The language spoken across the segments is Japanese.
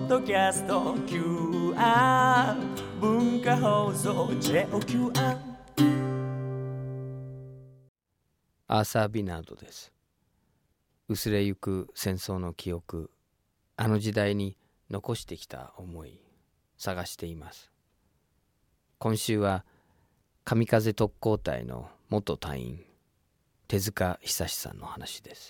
ドキャスト QR 文化放送 JOQR アーサー・ビナードです。薄れゆく戦争の記憶、あの時代に残してきた思い、探しています。今週は神風特攻隊の元隊員、手塚久志さんの話です。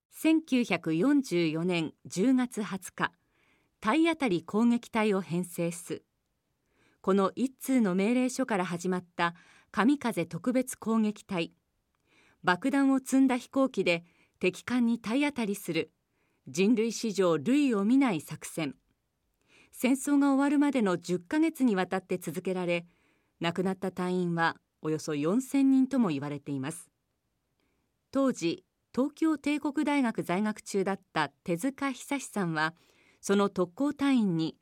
1944年10月20日、体当たり攻撃隊を編成す。この一通の命令書から始まった神風特別攻撃隊。爆弾を積んだ飛行機で敵艦に体当たりする、人類史上類を見ない作戦。戦争が終わるまでの10ヶ月にわたって続けられ、亡くなった隊員はおよそ4000人とも言われています。当時、東京帝国大学在学中だった手塚久志さんは、その特攻隊員に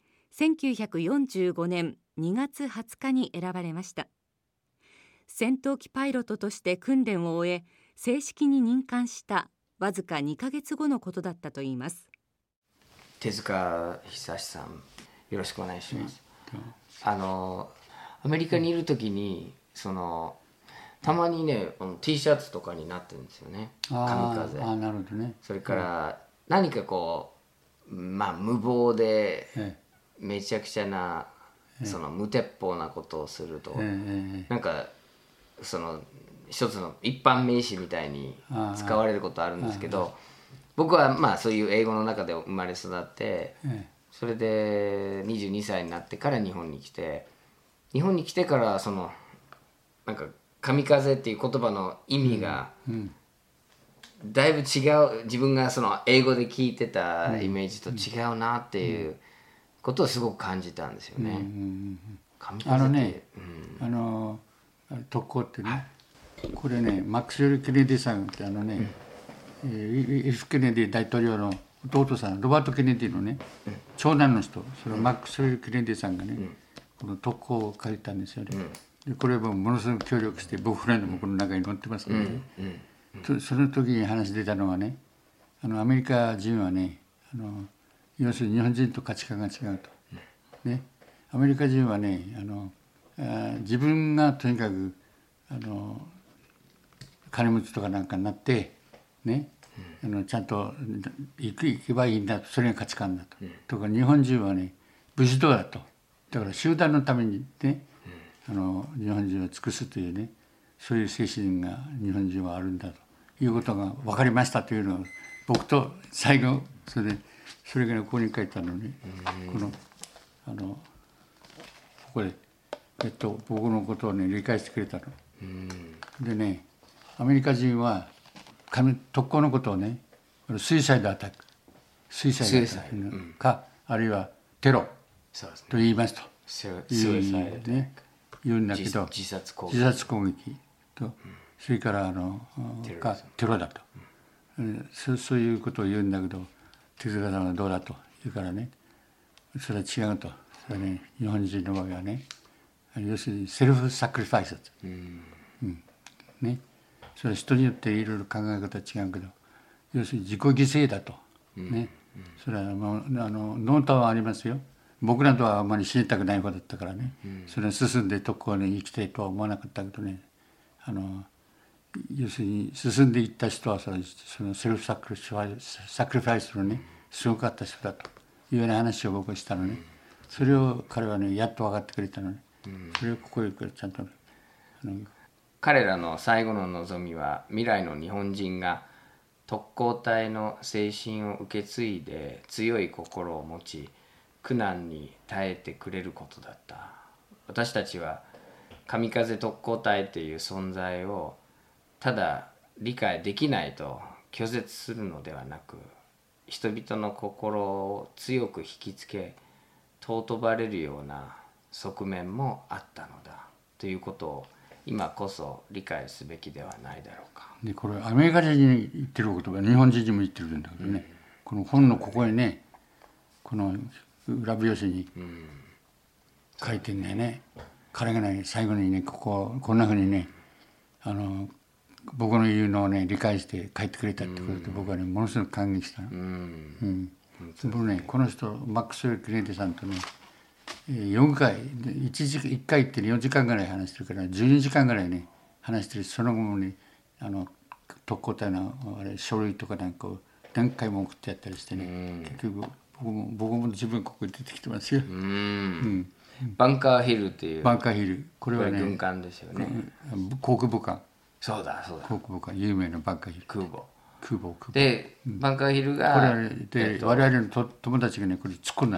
1945年2月20日に選ばれました。戦闘機パイロットとして訓練を終え、正式に任官したわずか2ヶ月後のことだったといいます。 手塚久志さん、よろしくお願いします。アメリカにいる時にたまにねT シャツとかになってるんですよね。神風。 なるほどね。 それから何かこう無謀でめちゃくちゃな無鉄砲なことをすると、なんか一つの一般名詞みたいに使われることあるんですけど、僕はそういう英語の中で生まれ育って、それで22歳になってから日本に来てからなんか神風っていう言葉の意味がだいぶ違う、自分が英語で聞いてたイメージと違うなっていうことをすごく感じたんですよね。神風って特攻ってね、これねマックスウェル・ケネディさんってF・ケネディ大統領の弟さんロバート・ケネディのね、長男の人、そのマックスウェル・ケネディさんがね、この特攻を書いたんですよね。でこれもものすごく協力して、僕らもこの中に載ってますけどね、その時に話出たのはね、アメリカ人はね、要するに日本人と価値観が違うと、ね、アメリカ人はね自分がとにかく金持ちとかなんかになってね、ちゃんと行けばいいんだと、それが価値観だと。とか日本人はね武士道だと、だから集団のためにね、日本人を尽くすというね、そういう精神が日本人はあるんだということが分かりましたというのを僕と最後それがここに書いてあるのね、ここで僕のことをね理解してくれたの。でね、アメリカ人は特攻のことをね、スイサイドアタック、スイサイドアタックか、あるいはテロと言いますと言うんだけど、自殺攻撃と、それからテロだと、そういうことを言うんだけど、手塚さんはどうだと言うからね、それは違うと。それはね、日本人の場合はね、要するにセルフサクリファイスだと、ね、それは人によっていろいろ考え方は違うけど、要するに自己犠牲だと、ね、それは濃淡はありますよ。僕らとはあんまり死にたくない方だったからね、それは進んで特攻に生きたいとは思わなかったけどね、要するに進んでいった人はそのセルフサクリファイスのねすごかった人だというような話を僕はしたのね。それを彼はねやっと分かってくれたのね。それをここでちゃんと彼らの最後の望みは、未来の日本人が特攻隊の精神を受け継いで強い心を持ち、苦難に耐えてくれることだった。私たちは神風特攻隊という存在をただ理解できないと拒絶するのではなく、人々の心を強く引きつけ尊ばれるような側面もあったのだということを今こそ理解すべきではないだろうか。 でこれアメリカ人に言ってることが日本人にも言ってるんだけどね、この本のここにね、この裏表紙に書いてんだよね。彼がね最後にねこんなふうにね僕の言うのをね理解して書いてくれたってことで、僕はねものすごく感激したの。 僕ねこの人マックスウェル・ケネディさんとね4回1回行って4時間ぐらい話してるから12時間ぐらいね話してる。その後もね特攻隊のあれ書類とかなんかを何回も送ってやったりしてね、結局僕も自分ここに出てきてますよ。 バンカーヒルっていう。 バンカーヒル、これはね軍艦ですよね。 航空母艦。 そうだそうだ。 航空母艦有名なバンカーヒル。 空母。 でバンカーヒルがこれで我々の友達がねこれ突っ込んだ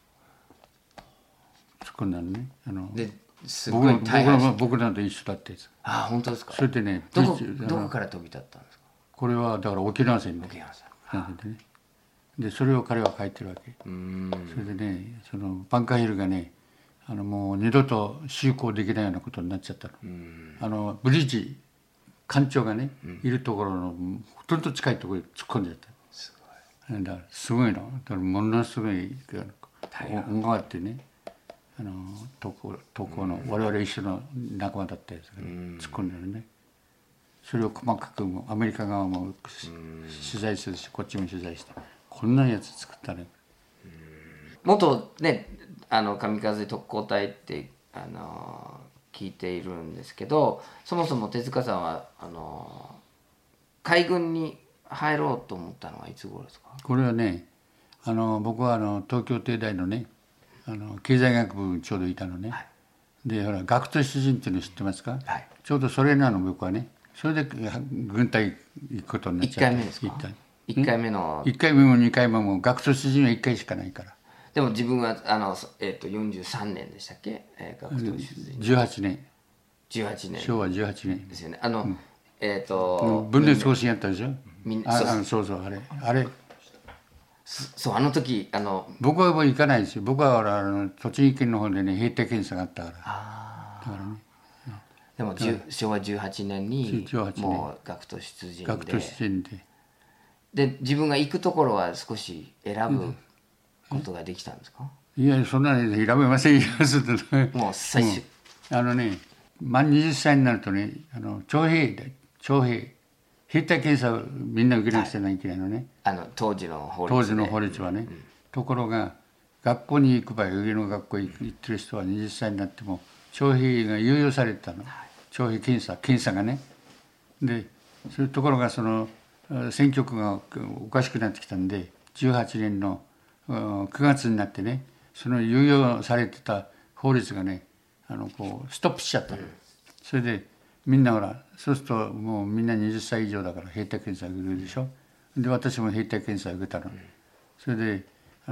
のね。 ですごい大変。 僕らと一緒だったやつ。 ああ本当ですか。 それでねどこから飛び立ったんですか。 これはだから沖縄戦で。でそれを彼は書いてるわけ。それでねそのバンカーヒルがねもう二度と就航できないようなことになっちゃったの。ブリッジ艦長がね、いるところのほとんど近いところに突っ込んでやった。だからすごいの。だからものすごい恩があってね東高の我々一緒の仲間だったやつが、ね、突っ込んでるね。それを細かくアメリカ側も取材するしこっちも取材してこんなやつ作ったね。 元ね神風特攻隊って聞いているんですけど、そもそも手塚さんは海軍に入ろうと思ったのはいつ頃ですか。 これはね僕は東京帝大のね経済学部にちょうどいたのね、はい、でほら学徒出陣っていうの知ってますか、はい、ちょうどそれなの僕はね。それで軍隊行くことになっちゃった。 1回目ですか。1回目の 1回目も2回目も学徒出陣は1回しかないから。 でも自分は43年でしたっけ、学徒出陣。 18年昭和18年ですよね。 分裂行進やったでしょ。そうあれそう時僕はもう行かないですよ。僕は栃木県の方でね兵隊検査があったから。だからね。 でも昭和18年にもう学徒出陣で自分が行くところは少し選ぶことができたんですか。 いやそんなに選べませんよ。 もう最初満20歳になるとね徴兵兵隊検査をみんな受けなくちゃいけないのね。 当時の法律はね、ところが学校に行く場合上の学校に行ってる人は20歳になっても徴兵が猶予されてたの。徴兵検査がね。でそういうところが選挙区がおかしくなってきたんで18年の9月になってねその猶予されてた法律がねストップしちゃったの。それでみんなほらそうするともうみんな20歳以上だから兵隊検査を受けるでしょ。で私も兵隊検査を受けたの。それで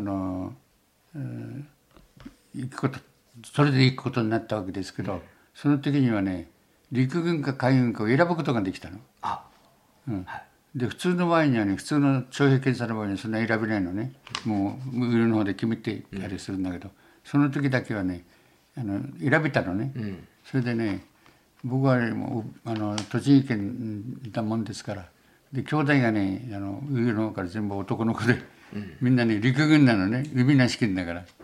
それで行くことになったわけですけど、その時にはね陸軍か海軍かを選ぶことができたの。で普通の場合にはね普通の徴兵検査の場合にはそんな選べないのね。もう上の方で決めてたりするんだけど、その時だけはね選べたのね。それでね僕はもう栃木県だもんですからで兄弟がね上の方から全部男の子で、みんなね陸軍なのね。海なし県だからね。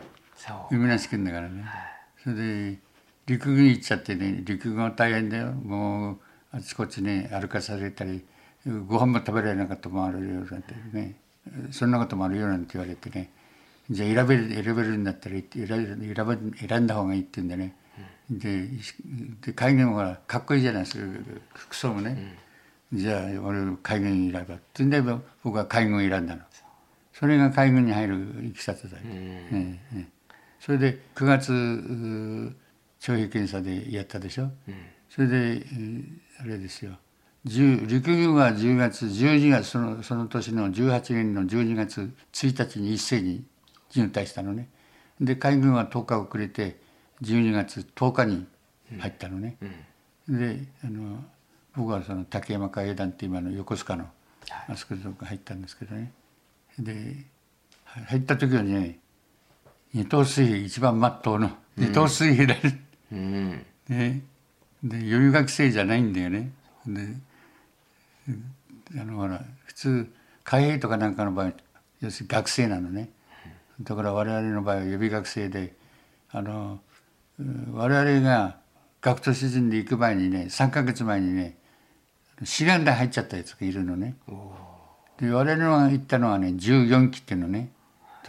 それで陸軍行っちゃってね陸軍は大変だよ。もうあちこちね歩かされたりご飯も食べられなかったもあるよなんてねそんなこともあるよなんて言われてねじゃあ選べるんだったら選んだ方がいいって言うんでね。で海軍はかっこいいじゃないですか服装もね。じゃあ俺海軍選ばってんで僕は海軍を選んだの。それが海軍に入るいきさつだよ。それで9月徴兵検査でやったでしょ。それであれですよ陸軍は10月12月その年の18年の12月1日に一斉に入隊したのね。で海軍は10日遅れて12月10日に入ったのね。で僕は竹山海兵団って今の横須賀のあそこで入ったんですけどね。で入った時はね二等水兵一番まっとうの二等水兵だね。で予備学生じゃないんだよね。でほら普通海兵とかなんかの場合要するに学生なのね。だから我々の場合は予備学生で我々が学徒出陣で行く前にね3ヶ月前にね志願で入っちゃったやつがいるのね。で我々が行ったのはね14期っていうのね。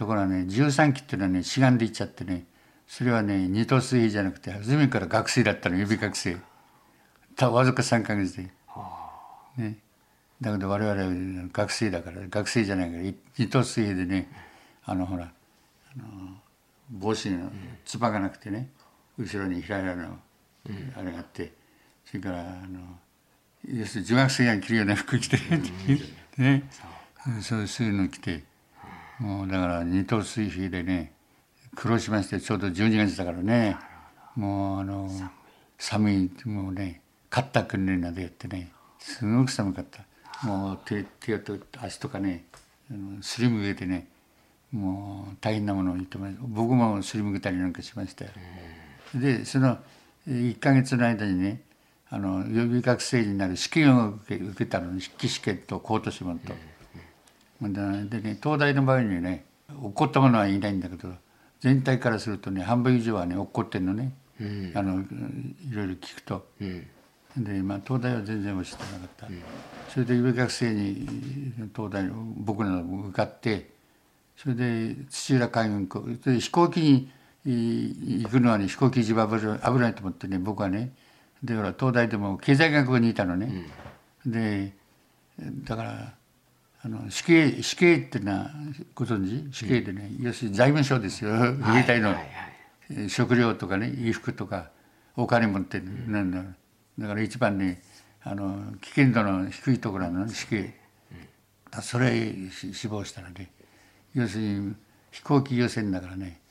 ところがね13期っていうのはね志願で行っちゃってね、それはね二等水平じゃなくて初めから学生だったの、予備学生わずか3ヶ月で、ね、だけど我々は学生だから、学生じゃないから二等水平でね、ほら帽子のつばがなくてね、後ろにひらひらのあれがあって、それから要するに女学生が着るような服着てね、そういうの着て、もうだから二等水平でね苦労しまして、ちょうど12月だからね、もう寒い、もうね勝った訓練などやってね、すごく寒かった。もう手と足とかねすりむけてね、もう大変なものを言ってます。僕もすりむけたりなんかしましたよ。でその1ヶ月の間にね予備学生になる試験を受けたのに、筆記試験と高等試問と。でね東大の場合にね落っこった者はいないんだけど、全体からするとね半分以上はね落っこってんのね、いろいろ聞くと。で東大は全然教えてなかった。それで予備学生に東大の僕らの受かって、それで土浦海軍校で飛行機に行くのはね、飛行機自分危ないと思ってね、僕はね、でほら東大でも経済学部にいたのね、でだから死刑っていうのはご存知？死刑でね、要するに財務省ですよ、自衛隊の食料とかね衣服とかお金持ってなんだ、だから一番ね危険度の低いところの死刑、それ死亡したので、要するに飛行機優先だからね、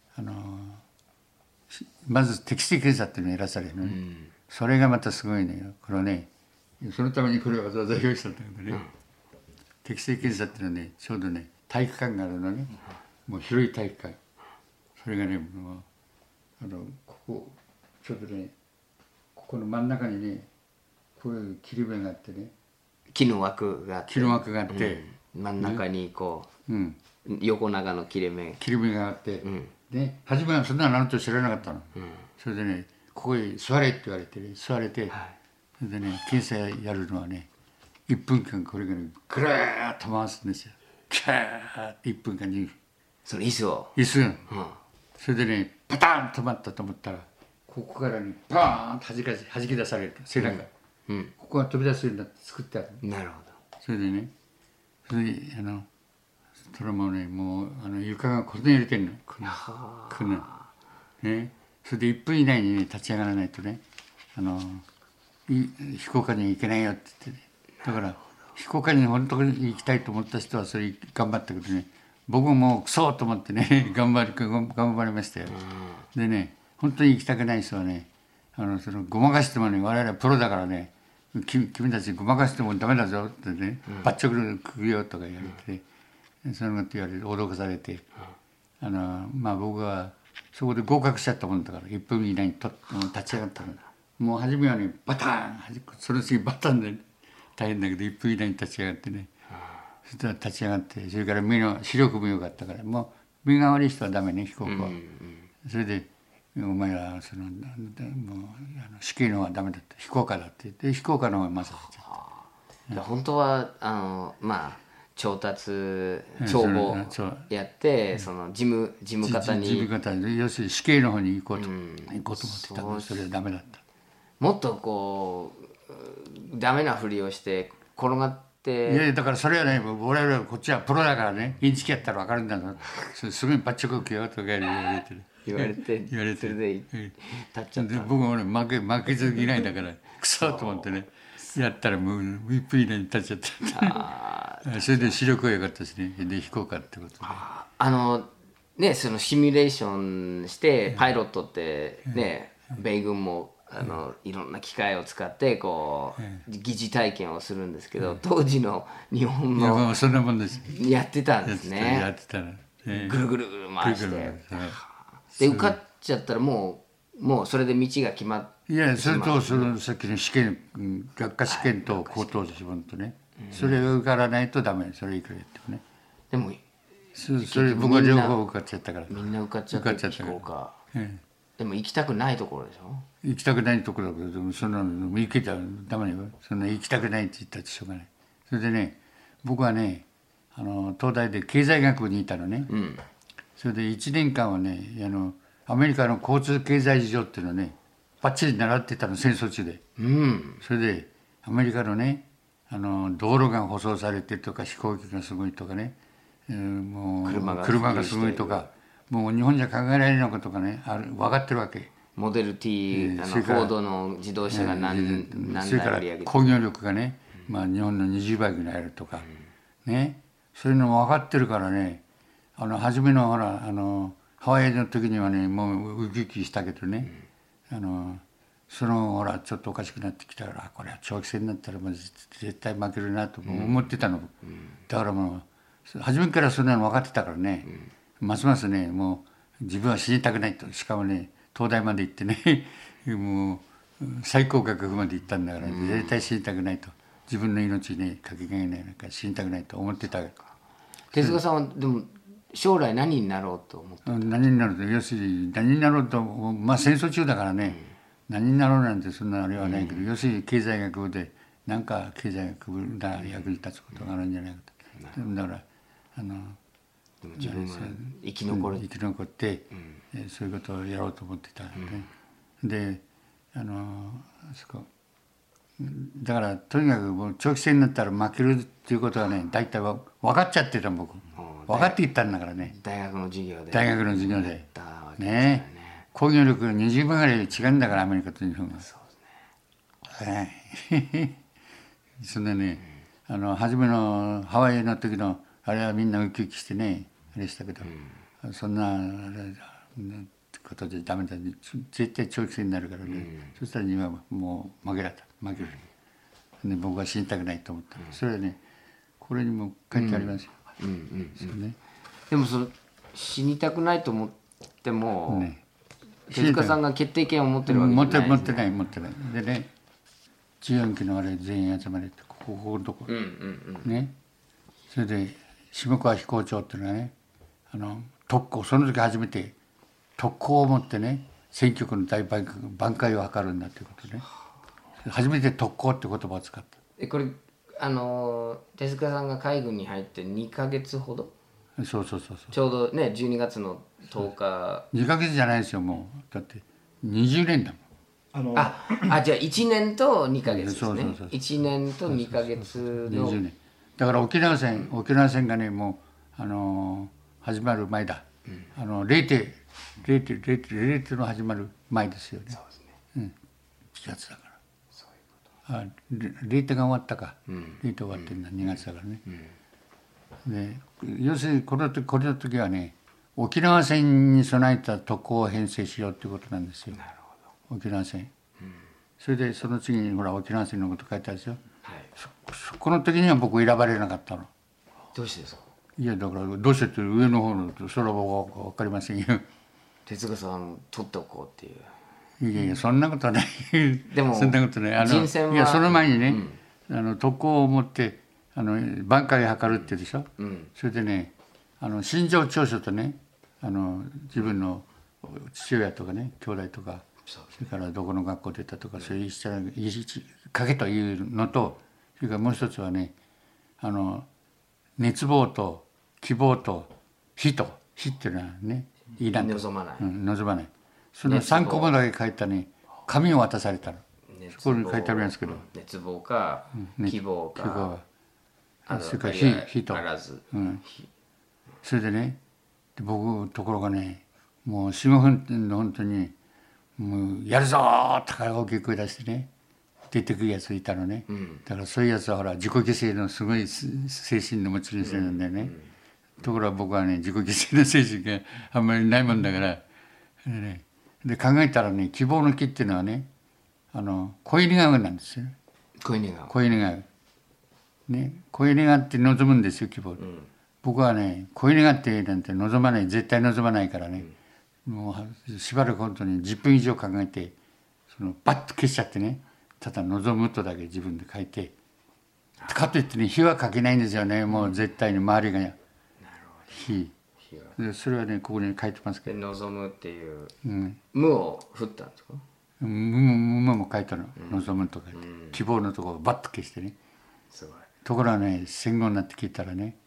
まず適正検査っていうのをやらされるのね、それがまたすごいのよ。これね、そのためにこれをわざわざ用意したんだけどね、適正検査っていうのはね、ちょうどね体育館があるのね、もう広い体育館、それがねもうここちょうどねここの真ん中にねこういう切り目があってね、 木の枠があって、真ん中にこう、横長の切れ目があって、で初めはそんなのあると知らなかったの、それでねここへ座れって言われてね、座れて、それでね検査やるのはね1分間これがねぐるーっと回すんですよ、キャーって1分間にその椅子、 それでねパターン止まったと思ったら、ここからねパーンと弾き出される背中、ここが飛び出すようになって作ってある。 なるほど。 それでね、それでそれもねもう床がこんなに揺れてんの、こんなね、それで1分以内にね立ち上がらないとね飛行科に行けないよって言ってね、だから飛行科に本当に行きたいと思った人はそれ頑張ったけどね、僕もクソと思ってね頑張りましたよ。でね本当に行きたくない人はねごまかしてもね、我々はプロだからね、君たちごまかしてもダメだぞってね、バッチョクルくよとか言われて、そのこと言われて脅かされて、僕はそこで合格しちゃったもんだから1分以内に立ち上がったの。もう初めはねバターン、その次バターンで大変だけど1分以内に立ち上がってね、そしたら立ち上がって、それから目の視力も良かったから、もう目が悪い人はダメね飛行機は、それでお前らもう試験の方はダメだった、飛行科だって言って飛行科の方が勝っちゃった。 本当は調簿やって、その事務方に要するに死刑の方に行こうと思ってたけど、それはダメだった。 もっとこうダメなふりをして転がって、 いやだからそれはね、我々はこっちはプロだからね、インチキやったら分かるんだぞ、すぐにバッチョコキよとか言われてそれで立っちゃった。僕もね負けず嫌いだからクソと思ってねやったらもう1分以内に立っちゃったそれで視力が良かったしね、で飛行科ってことでそのシミュレーションしてパイロットってね、米軍もいろんな機械を使ってこう疑似体験をするんですけど、当時の日本のそんなもんですやってたんですね。 やってたらぐるぐる回してで受かっちゃったらもうそれで道が決まって、 いやそれとそのさっきの試験、学科試験と高等試験とね、それが受からないとダメ、それいくらやってもね。 でもそれ僕は両方受かっちゃったから、 みんな受かっちゃった飛行科、でも行きたくないところでしょ。 行きたくないところだけど、でもそんなの行けたらダメよ、そんな行きたくないって言ったってしょうがない。それでね僕はね東大で経済学部にいたのね、 うん、 それで1年間はねアメリカの交通経済事情っていうのをねバッチリ習ってたの、戦争中で、 うん、 それでアメリカのね道路が舗装されてとか飛行機がすごいとかね、もう車がすごいとか、もう日本じゃ考えられないようなことがね分かってるわけ。 モデル T、フォードの自動車が何それから工業力がね、まあ、日本の20倍ぐらいあるとか、ね、そういうのも分かってるからね、初めのほらハワイの時にはねもうウキウキしたけどね、そのほらちょっとおかしくなってきたからこれは長期戦になったらもう絶対負けるなと思ってたの、だからもう初めからそんなの分かってたからね、ますますねもう自分は死にたくないと。しかもね東大まで行ってねもう最高学府まで行ったんだから、ね、絶対死にたくないと。自分の命にねかけがえないなんか死にたくないと思ってた。 手塚さんはでも将来何になろうと思ってた？ 何になろうと、要するに何になろうと、まあ戦争中だからね、何になろうなんてそんなあれはないけど、要するに経済学部で何か経済学部が役に立つことがあるんじゃないかと。だからでも自分は生き残って、そういうことをやろうと思ってたんで、でそこだからとにかくもう長期戦になったら負けるっていうことはね大体分かっちゃってた。僕分かっていったんだからね、 大学の授業でね、工業力が20倍ぐらい違うんだからアメリカと日本が。そうですねそんなね、初めのハワイの時のあれはみんなウキウキしてねあれしたけど、そんなことでダメだ、絶対長期戦になるからね、そしたら今はもう負けるで僕は死にたくないと思った。それはねこれにも書いてありますよ。 でも死にたくないと思っても、手塚さんが決定権を持ってるわけじゃないですね。 持ってないでね、14期のあれ全員集まれってここのとこね、それで下川飛行長っていうのはね特攻、その時初めて特攻を持ってね選挙区の大挽回を図るんだということでね、初めて特攻って言葉を使った。 これ手塚さんが海軍に入って2ヶ月ほど、 そうちょうどね12月の10日。 2ヶ月じゃないですよ、もうだって20年だもん。 じゃあ1年と2ヶ月ですね。1年と2ヶ月の 20年だから沖縄戦がねもう始まる前だ、レーテの始まる前ですよね。そうですね、4月だから、レーテが終わったか、レーテ終わってるのは2月だからね、で要するにこの時はね沖縄戦に備えた特攻を編成しようっていうことなんですよ。なるほど、沖縄戦、それでその次にほら沖縄戦のこと書いてあるでしょ、この時には僕選ばれなかったの。 どうしてですか？ いやだからどうしてって上の方のそれは分かりませんよ。 手塚さん取っておこうっていう。 いやそんなことはない。 でもそんなことない。 人選は、 いやその前にね、特攻を持って挽回を図るっていうでしょ、それでね心情調書とね自分の父親とかね兄弟とか、それからどこの学校出たとかそういう書けというのと、それからもう一つはね熱望と希望と非っていうのはね望まない、 望まない、その3個もだけ書いたね紙を渡されたの。そこに書いてありますけど、 熱望か希望か、 それから非と、それでね僕ところがねもう4、5分の本当にもうやるぞーとか大きい声出してね出てくるやついたのね、だからそういうやつはほら自己犠牲のすごい精神の持ち主なんだよね、ところが僕はね自己犠牲の精神があんまりないもんだから、で考えたらね希望の木っていうのはね小犬川なんですよ。小犬川ね、小犬川って望むんですよ希望、僕はね小犬川ってなんて望まない、絶対望まないからね、もうしばらく本当に10分以上考えてバッと消しちゃってね、ただ望むとだけ自分で書いて、かといってね火は書けないんですよね、もう絶対に周りが火で、それはねここに書いてますけど、 望むっていう無を振ったんですか？ 無も書いたの、望むとか希望のところをバッと消してね。ところがね戦後になって聞いたらね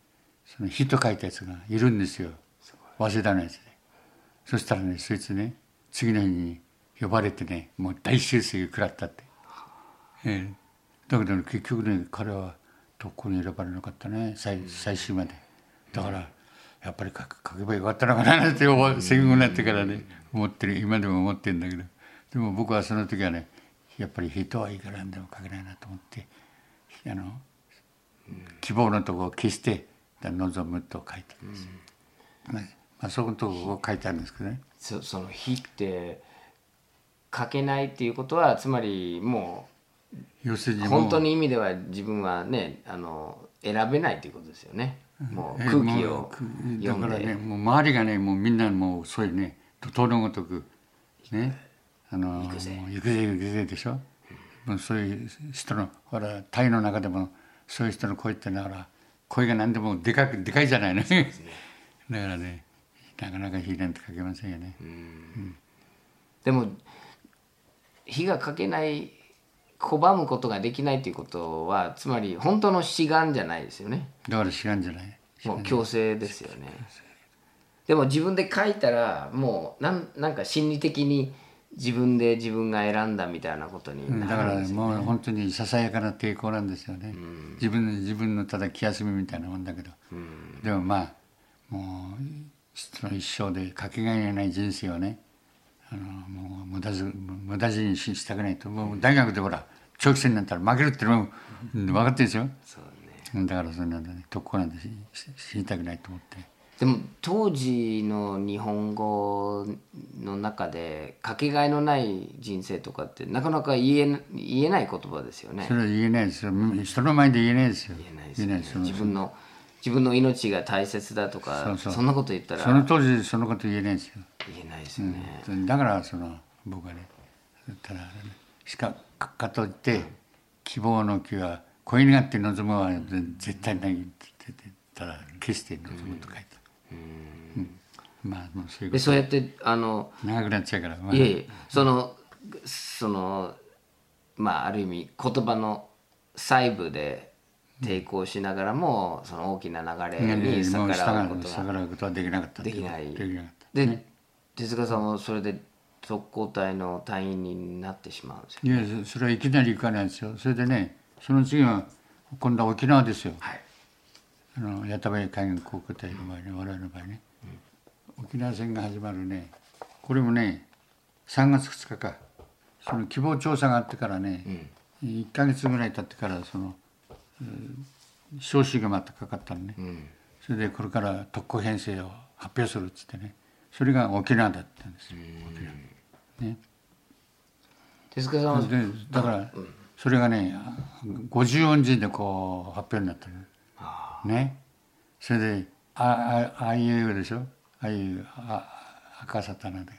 その火と書いたやつがいるんですよ、早稲田のやつで。そしたらね、そいつね、次の日に呼ばれてね、もう大修正食らったって。だけど、ね、結局ね、彼は特攻に選ばれなかったね、最終まで。だからやっぱり書けばよかったのかなって戦後になってからね思ってる、今でも思ってるんだけど、でも僕はその時はね、やっぱり人はいくらんでも書けないなと思って、希望のところを消して「望む」と書いてるんですよ。そこのところを書いてあるんですけどね。 その火って書けないっていうことは、つまりもう要するに本当に意味では自分はね、選べないということですよね。もう空気を読んで、 だからね、もう周りがね、もうみんなもうそういうね、怒涛のごとくね、行くぜでしょ。もうそういう人の、ほらタイの中でもそういう人の声ってのは声が何でもでかいじゃないの。だからね、なかなか火なんて書けませんよね。 でも火が書けない、拒むことができないということは、つまり本当の志願じゃないですよね。 だから志願じゃない。 もう強制ですよね。でも自分で書いたら、もうなんか心理的に自分が選んだみたいなことになるんですよね。 だからもう本当にささやかな抵抗なんですよね。自分のただ気休めみたいなもんだけど、でもまあもうその一生でかけがえのない人生をね、もう無駄死にしたくないと。もう大学でほら長期戦になったら負けるってのも分かってるんですよ。そうね。だからそんなんだね、特攻なんて死にたくないと思って。 でも当時の日本語の中でかけがえのない人生とかってなかなか言えない言葉ですよね。 それは言えないですよ。人の前で言えないですよ。 言えないですよね。自分の命が大切だとか、そんなこと言ったらその当時そのこと言えないですよ。 言えないですよね。 だから僕はね、ただしかといって希望の木は恋になって望むは絶対ないって言って、ただ決して望むと書いて。まあもうそういうこと。 そうやって長くなっちゃうから。 いえそのまあある意味言葉の細部で抵抗しながらも、その大きな流れに逆らうことはできなかった。できない。で、手塚さんもそれで特攻隊の隊員になってしまうんですよね。 いや、それはいきなり行かないんですよ。それでね、その次は今度は沖縄ですよ。はい。谷田部海軍航空隊の場合ね、我々の場合ね、沖縄戦が始まるね、これもね3月2日か、その希望調査があってからね、1ヶ月ぐらい経ってから招集がまたかかったのね、それでこれから特攻編成を発表するっつってね、それが沖縄だったんですよ。沖縄ね。 手塚さんはだからそれがね50音順でこう発表になったのね。それでああいうでしょ、ああいう赤沙汰なんで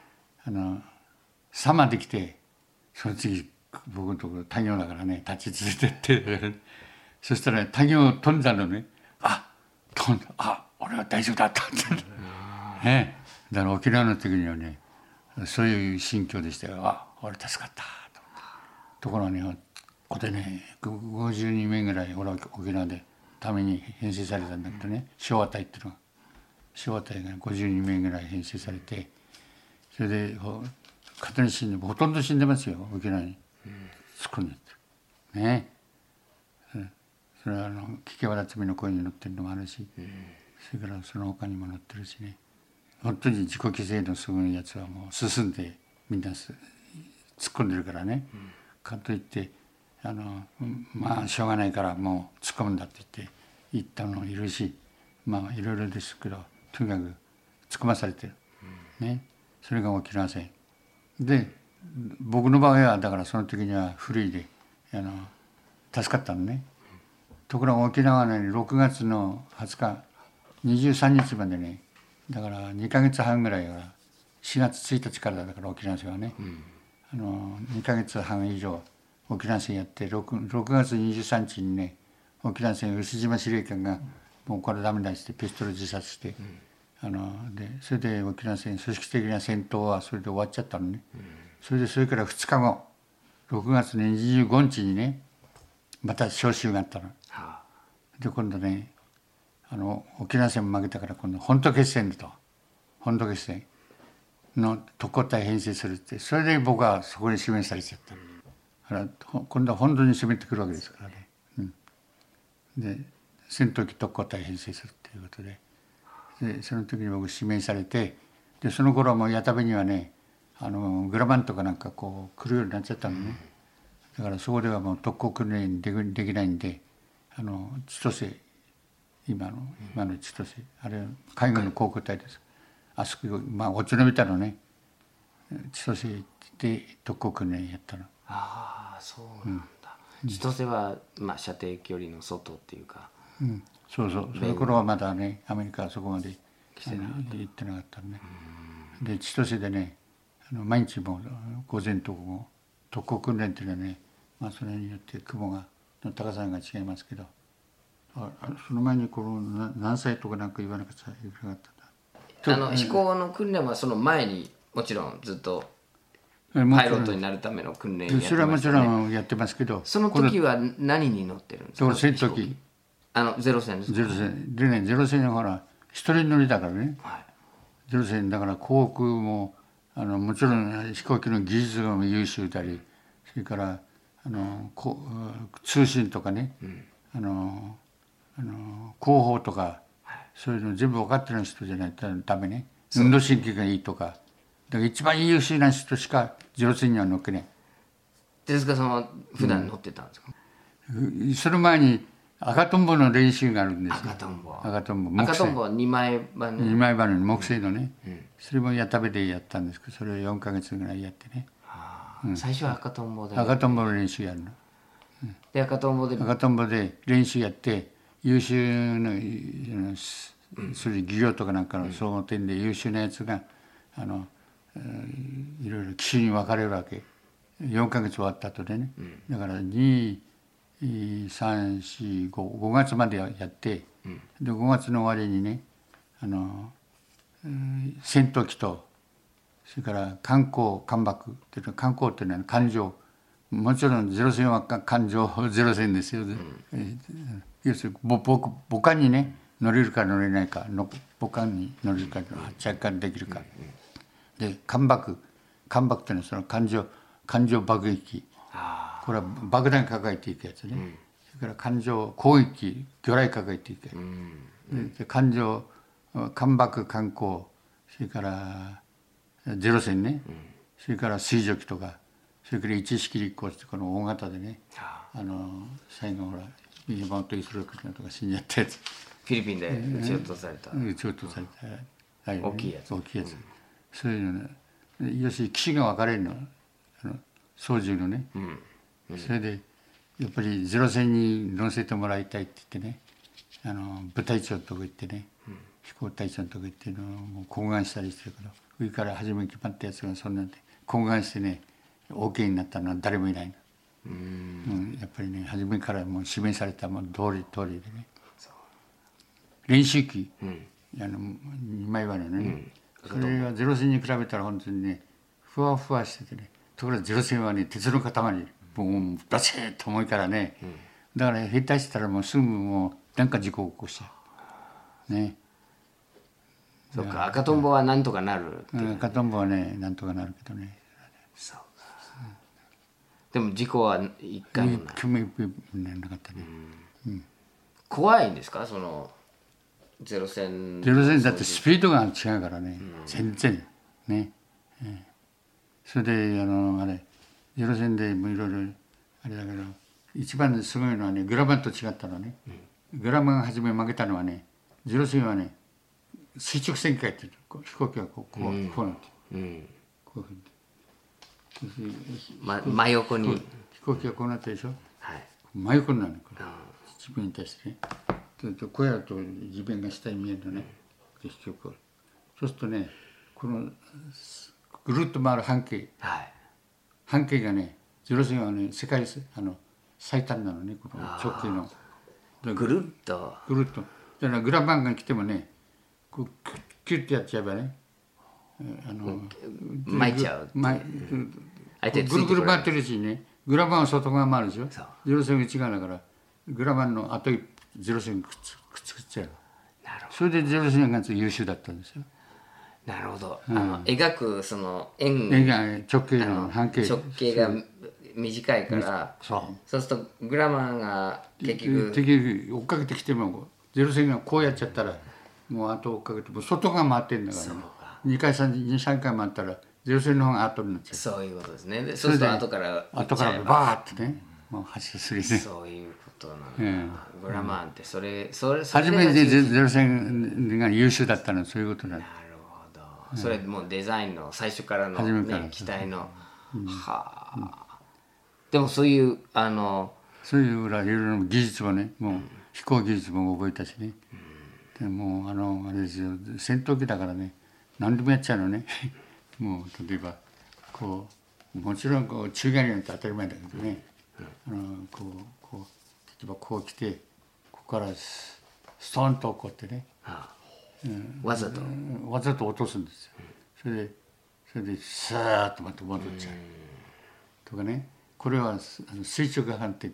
さまできて、その次僕のところ他行だからね立ち連れてってそしたら他行を飛んだのね、飛んだ、俺は大丈夫だったってね。だから沖縄の時にはねそういう心境でしたよ。俺助かったと思って。ところがね、ここでね50人目ぐらい俺は沖縄でために編成されたんだけどね、昭和隊っていうのが、昭和隊が50人目ぐらい編成されて、それで勝手に死んで、ほとんど死んでますよ沖縄に突っ込んでってね。それは聞けばら罪の声に乗ってるのもあるし、それからその他にも乗ってるしね、本当に自己犠牲のすごいやつはもう進んでみんな突っ込んでるからね、かといってまあしょうがないからもう突っ込むんだって言ったのいるし、まあいろいろですけど、とにかく突っ込まされてる、ね。それが沖縄戦で、僕の場合はだからその時にはフリーで助かったのね。ところが沖縄はね6月の20日23日までね、だから2ヶ月半ぐらいは4月1日からだから沖縄戦はね、2ヶ月半以上沖縄戦やって、 6月23日にね沖縄戦牛島司令官がもうこれダメだしてピストル自殺して、でそれで沖縄戦組織的な戦闘はそれで終わっちゃったのね。それから2日後6月25日にねまた招集があったの。で今度ね沖縄戦負けたから今度本土決戦だと、本土決戦の特攻隊編成するって、それで僕はそこに指名されちゃった。だから今度は本土に攻めてくるわけですからね。で戦闘機特攻隊編成するっていうことで、その時に僕指名されて、でその頃はもう矢田部にはねグラバンとかなんかこう来るようになっちゃったのね。だからそこではもう特攻訓練できないんで、千歳、今の千歳、あれ海軍の航空隊です。あそこ落ち延びたのね、千歳で特攻訓練やったの。 ああそうなんだ。千歳は射程距離の外っていうか。 そうそう。その頃はまだねアメリカはそこまで行ってなかったのね。で千歳でね毎日も午前と午後特攻訓練っていうのはね、それによって雲の高さが違いますけど、その前にこの何歳とかなんか言わなかった飛行の訓練はその前にもちろんずっとパイロットになるための訓練やってましたね。 それはもちろんやってますけど、 その時は何に乗ってるんですか？ 戦闘機ゼロ戦ですか？ ゼロ戦でね、ゼロ戦はほら一人乗りだからね、ゼロ戦だから航空ももちろん飛行機の技術が優秀だり、それから通信とかね、広報とかそういうの全部分かってる人じゃないとダメね。運動神経がいいとか、だから一番優秀な人しかゼロ戦には乗っけない。 手塚さんは普段乗ってたんですか？ その前に赤とんぼの練習があるんですよ。 赤とんぼは2枚羽根。 2枚羽根木製のね、それも矢田部でやったんですけど、それを4ヶ月ぐらいやってね。 最初は赤とんぼで。 赤とんぼの練習やるの。 で赤とんぼで練習やって、優秀なそういう技量とかなんかの総合点で優秀なやつがいろいろ機種に分かれるわけ。4ヶ月終わった後でね、だから2、3、4、5月までやって、で5月の終わりにね戦闘機とそれから艦爆っていうのは、艦砲っていうのは艦上、もちろんゼロ戦は艦上ゼロ戦ですよ。要するに母艦にね乗れるか乗れないか、母艦に乗れるか着艦できるかで、艦爆っていうのはその艦上爆撃機、これは爆弾抱えていくやつね、それから艦上攻撃機、魚雷抱えていくやつ、で艦爆艦砲、それからゼロ戦ね、それから水蒸気とか、それから一式立候補ってこの大型でね、最後ほら山本五十六君とか死んじゃったやつ、 フィリピンで撃ち落とされた、 大きいやつ、そういうのね、要するに機種が分かれるの、操縦のね、それでやっぱりゼロ戦に乗せてもらいたいって言ってね、部隊長のとこ行ってね、飛行隊長のとこ行って懇願したりしてるけど、上から初め決まったやつがそんなんで懇願してね OK になったのは誰もいないの。やっぱりね初めからもう指名されたもん通りでね、練習機、2枚羽根のね、それはゼロ戦に比べたら本当にねふわふわしててね、ところがゼロ戦はね鉄の塊、もうバチッと重いからね、だから下手したらもうすぐもうなんか事故を起こしちゃうね。 そっか、赤とんぼはなんとかなるっていう、 赤とんぼはねなんとかなるけどね。 そうか。でも事故は一回もない。 一回もなかったね。 怖いんですか、そのゼロ戦だってスピードが違うからね、全然ね、それであれゼロ戦でもいろいろあれだけど、一番すごいのはねグラバンと違ったのはね、グラバンが初め負けたのはね、ゼロ戦はね垂直旋回っていう飛行機がこうなって、こういうふうに真横に飛行機がこうなったでしょ、 はい、 真横になるの、自分に対してね、こうやると地面が下に見えるのね、で飛行機をそうするとねこのぐるっと回る半径、半径がねゼロ戦はね世界最短なのね、この直径のぐるっとだからグラバンが来てもねこうキュッてやっちゃえばね巻いちゃう、 ぐるぐる回ってるしね、グラバンは外側回るでしょ、ゼロ戦内側だからグラバンの後にゼロ戦くっつくっちゃう、 それでゼロ戦が優秀だったんですよ。 なるほど、描くその円が直径の半径直径が短いから、そうするとグラマーが結局追っかけてきてもゼロ戦がこうやっちゃったらもう後追っかけても外が回ってんだからね、2回3回回ったらゼロ戦の方が後になっちゃう。 そういうことですね。でそうすると後からバーッてねもう走りすぎて、 そういうことなんだ、グラマーってそれ初めてゼロ戦が優秀だったのはそういうことなんだ。 なるほど、それもうデザインの最初からの、ね、期待の、はあ、でもそういうそういういろいろ技術もね、もう飛行技術も覚えたしね、でもうあれですよ、戦闘機だからね何でもやっちゃうのねもう例えばこうもちろんこう宙返りなんて当たり前だけどね、こう例えばこう来てここからストンとこうやってね、 わざと落とすんですよ。それでさーっとまた戻っちゃうとかね。これは垂直反転、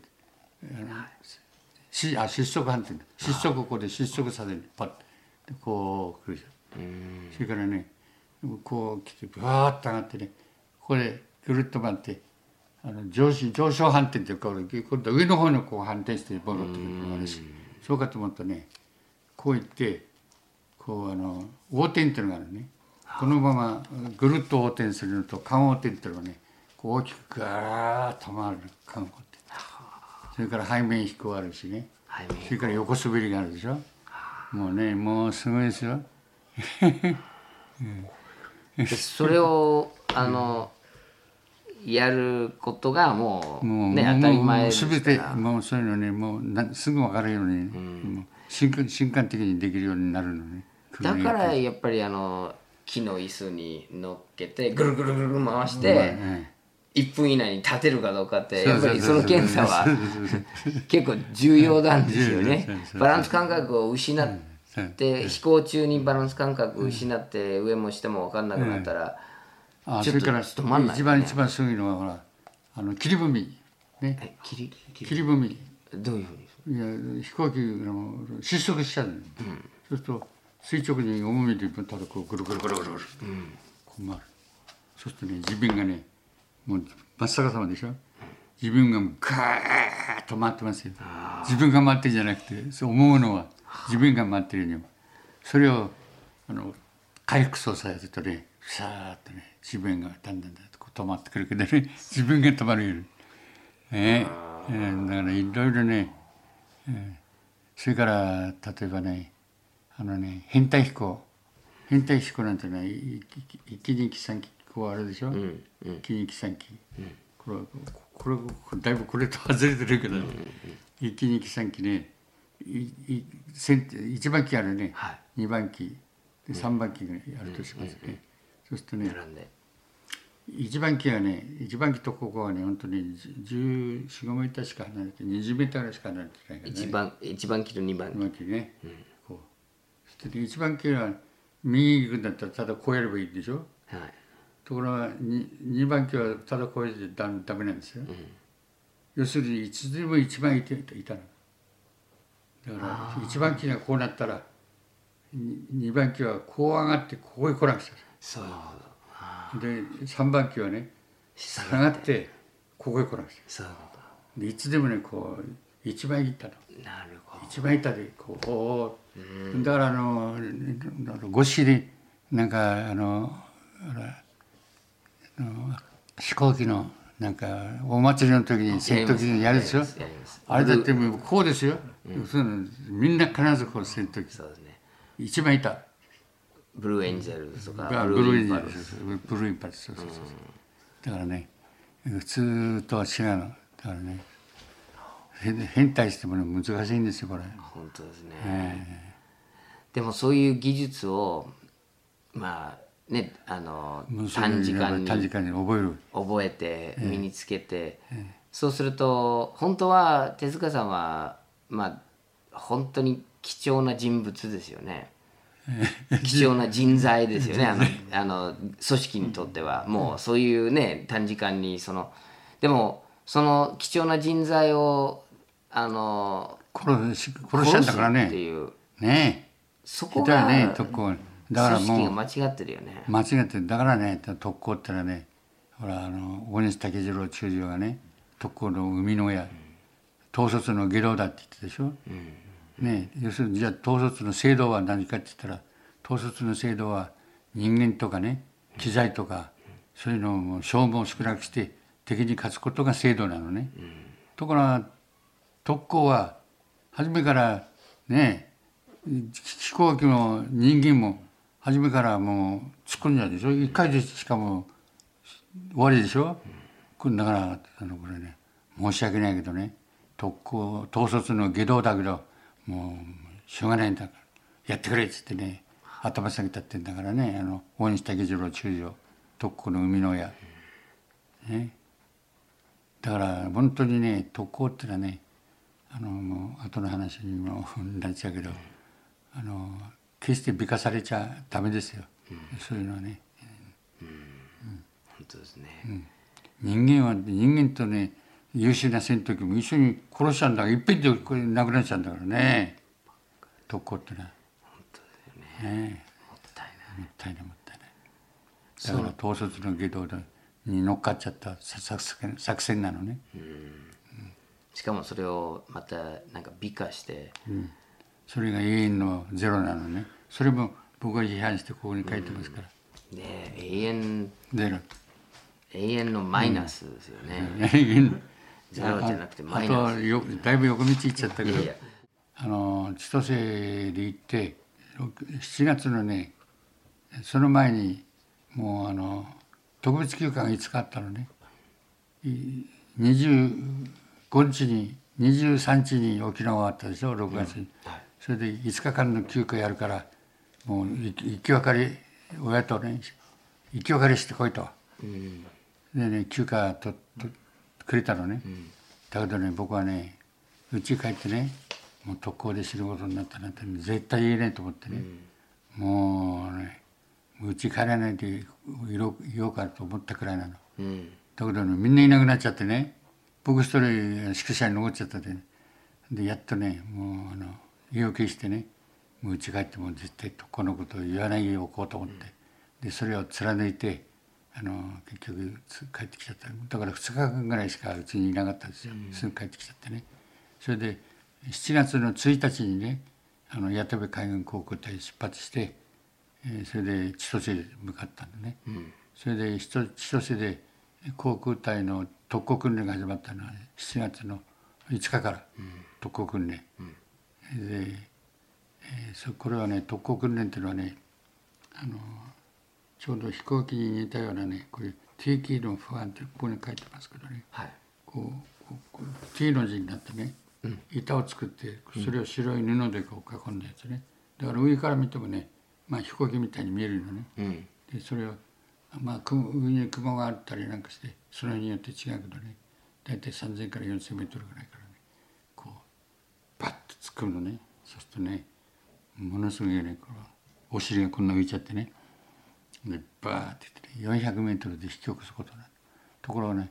失速反転、失速をここで失速させる、パッてこう来るじゃん。それからねこう来てブワーッと上がってね、ここでぐるっと回って上昇反転っていうか今度上の方にこう反転して戻ってくるのがあるし、そうかと思ったらねこういってこう横転っていうのがあるね。このままぐるっと横転するのと環横転っていうのがねこう大きくガーッと回る環横転、それから背面飛行あるしね、それから横滑りがあるでしょ。もうねもうすごいですよそれをやることがもうね当たり前ですから、 全てもうそういうのねもうすぐ分かるように、もう瞬間的にできるようになるのね。 だからやっぱり木の椅子に乗っけてぐるぐるぐるぐる回して、1分以内に立てるかどうかってやっぱりその検査は結構重要なんですよね。バランス感覚を失って飛行中にバランス感覚を失って上も下も分かんなくなったらちょっと止まんないね。一番すごいのはほら切り踏みね。切り踏みどういうふうに？いや飛行機失速しちゃうの、そうすると垂直に重みでただこうぐるぐるぐるぐるぐる、こう回る。そうするとね自分がねもう真っ逆さまでしょ。自分がガーッと回ってますよ。自分が回ってるんじゃなくてそう思うのは自分が回ってるように、それを回復操作やるとねさーっとね自分がだんだんとこう止まってくるけどね自分が止まるように、だからいろいろね、それから例えばね編隊飛行なんてね1機2機3機こうあれでしょ、1機2機3機、これだいぶこれと外れてるけど、1機2機3機ね1番機あるね、2番機で3番機があるとしますね。そうするとね1番機はね1番機とここはね本当に14、15メーターしか離れて20メーターぐらいしか離れてないからね。1番機と2番機ね、こうそして1番機は右行くんだったらただこうやればいいでしょ。ところが2番機はただこうやってダメなんですよ。要するにいつでも1番いたの。だから1番機がこうなったら2番機はこう上がってここへ来なくちゃ。 そういうことで3番機はね下がってここへ来なくちゃ。 そういうこでいつでもねこう一番いったの。 なるほど。 一番いったでこう、だからごしでなんか飛行機のなんかお祭りの時に戦闘機にやるでしょ。あれだってもうこうですよ。みんな必ずこう戦闘機。 そうですね。 一番いた。 ブルーエンジェルとかブルーインパルス。そうだからね普通とは違うの。だからね変態してもね難しいんですよこれ。 本当ですね。でもそういう技術をまあね短時間に覚えて身につけて、そうすると本当は手塚さんはまあ本当に貴重な人物ですよね。貴重な人材ですよね。組織にとってはもうそういうね短時間にでもその貴重な人材を殺しちゃうんだからね。 っていうねそこがね、特攻だからもう組織が間違ってるよね。 間違ってる。だからね、特攻ってのはね、ほら大西武次郎中将がね、特攻の生みの親、統率の下道だって言ってたでしょ、ね、要するにじゃあ統率の制度は何かって言ったら、統率の制度は人間とかね、機材とか、そういうのを消耗を少なくして敵に勝つことが制度なのね。ところが特攻は初めからね、飛行機も人間も初めからもう突っ込んじゃうでしょ。一回でしかも終わりでしょ。だからこれね、申し訳ないけどね、特攻統率の下道だけどもうしょうがないんだからやってくれっつってね、頭下げたってんだからね、大西武次郎中将、特攻の生みの親、ね、だから本当にね、特攻ってのはね、もう後の話にもなっちゃうけど、決して美化されちゃダメですよ、そういうのはね、 本当ですね、 人間とね、優秀な戦闘機も一緒に殺しちゃうんだから、いっぺんで亡くなっちゃうんだからね、特攻ってのは。 本当ですよね。もったいない。 もったいないもったいない。だから統率の下道に乗っかっちゃった作戦なのね。 しかもそれをまたなんか美化して、 それが永遠のゼロなのね。それも僕が批判してここに書いてますから。 ね、永遠ゼロ。 永遠のマイナスですよね。 永遠ゼロじゃなくてマイナス。 あとだいぶ横道行っちゃったけど、千歳で行って7月のね、その前にもう特別休暇が5日あったのね。25日に23日に沖縄があったでしょ、6月に、それで5日間の休暇やるから、もう行き別れ、親とね行き別れしてこいと、でね、休暇くれたのね、だけどね、僕はね、家帰ってね、もう特攻で死ぬことになったなんて、ね、絶対言えないと思ってね、もうね、家帰らないでいようかと思ったくらいなの、だけどね、みんないなくなっちゃってね、僕一人宿舎に残っちゃったで、でやっとね、もう家を消してね、もう家帰っても絶対特攻のことを言わないでおこうと思って、でそれを貫いて結局帰ってきちゃった。だから2日間ぐらいしかうちにいなかったんですよ、すぐ帰ってきちゃってね。それで7月の1日にね、谷戸部海軍航空隊出発して、それで千歳へ向かったんでね、それで千歳で航空隊の特攻訓練が始まったのは7月の5日から、特攻訓練、で、これはね、特攻訓練っていうのはね、ちょうど飛行機に似たようなね、こういう T キーの不安ってここに書いてますけどね、こう T の字になってね、板を作ってそれを白い布でこう囲んだやつね。だから上から見てもね、まあ、飛行機みたいに見えるのね、でそれを、まあ、上に雲があったりなんかしてその辺によって違うけどね、大体3000から4000メートルぐらいからね、こうバッと突っ込むのね。そうするとね、ものすごいね、こうお尻がこんな浮いちゃってね、でバーって言ってね、400メートルで引き起こすことになる。ところがね、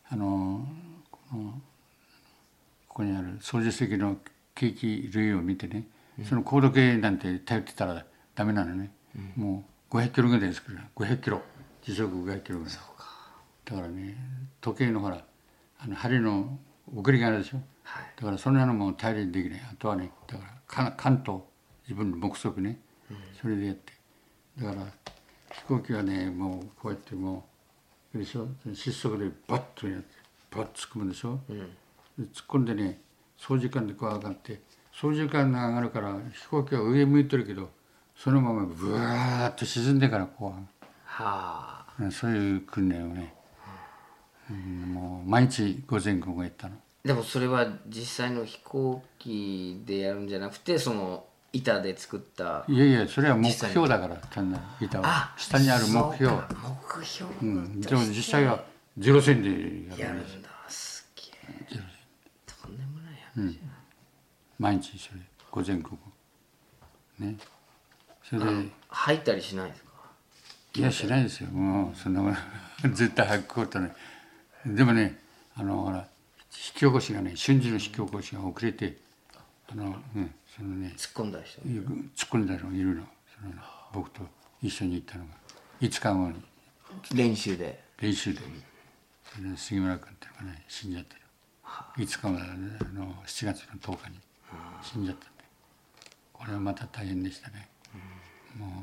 ここにある操縦席の計器類を見てね、その高度計なんて頼ってたらダメなのね、もう500キロぐらいですから500キロ、時速500キロぐらい。だからね、時計のほら針の送りがあるでしょ、だからそんなのも頼りにできない。あとはね、だから関東自分の目測ね、それでやって、だから飛行機はね、もうこうやってもうでしょ、失速でバッとやってバッと突っ込むでしょ、突っ込んでね、操縦桿でこう上がって、操縦桿が上がるから飛行機は上向いてるけど、そのままブワーッと沈んでからこう、そういう訓練をね、もう毎日午前午後やったの。 でもそれは実際の飛行機でやるんじゃなくて、その板で作った。 いやいや、それは目標だから、単なる板は下にある目標。 目標、 でも実際はゼロ戦でやるんだ。すげえ。とんでもない話、 毎日それ午前午後ね。それで吐いたりしないですか？ いや、しないですよ、もうそんなもの絶対吐くことない。でもね、ほら引き起こしがね、瞬時の引き起こしが遅れて、 そのね突っ込んだ人突っ込んだのいるの、僕と一緒に行ったのが5日後に練習でそれで杉村君っていうのがね死んじゃったよ。5日後の7月の10日に死んじゃったんで、これはまた大変でしたね。もう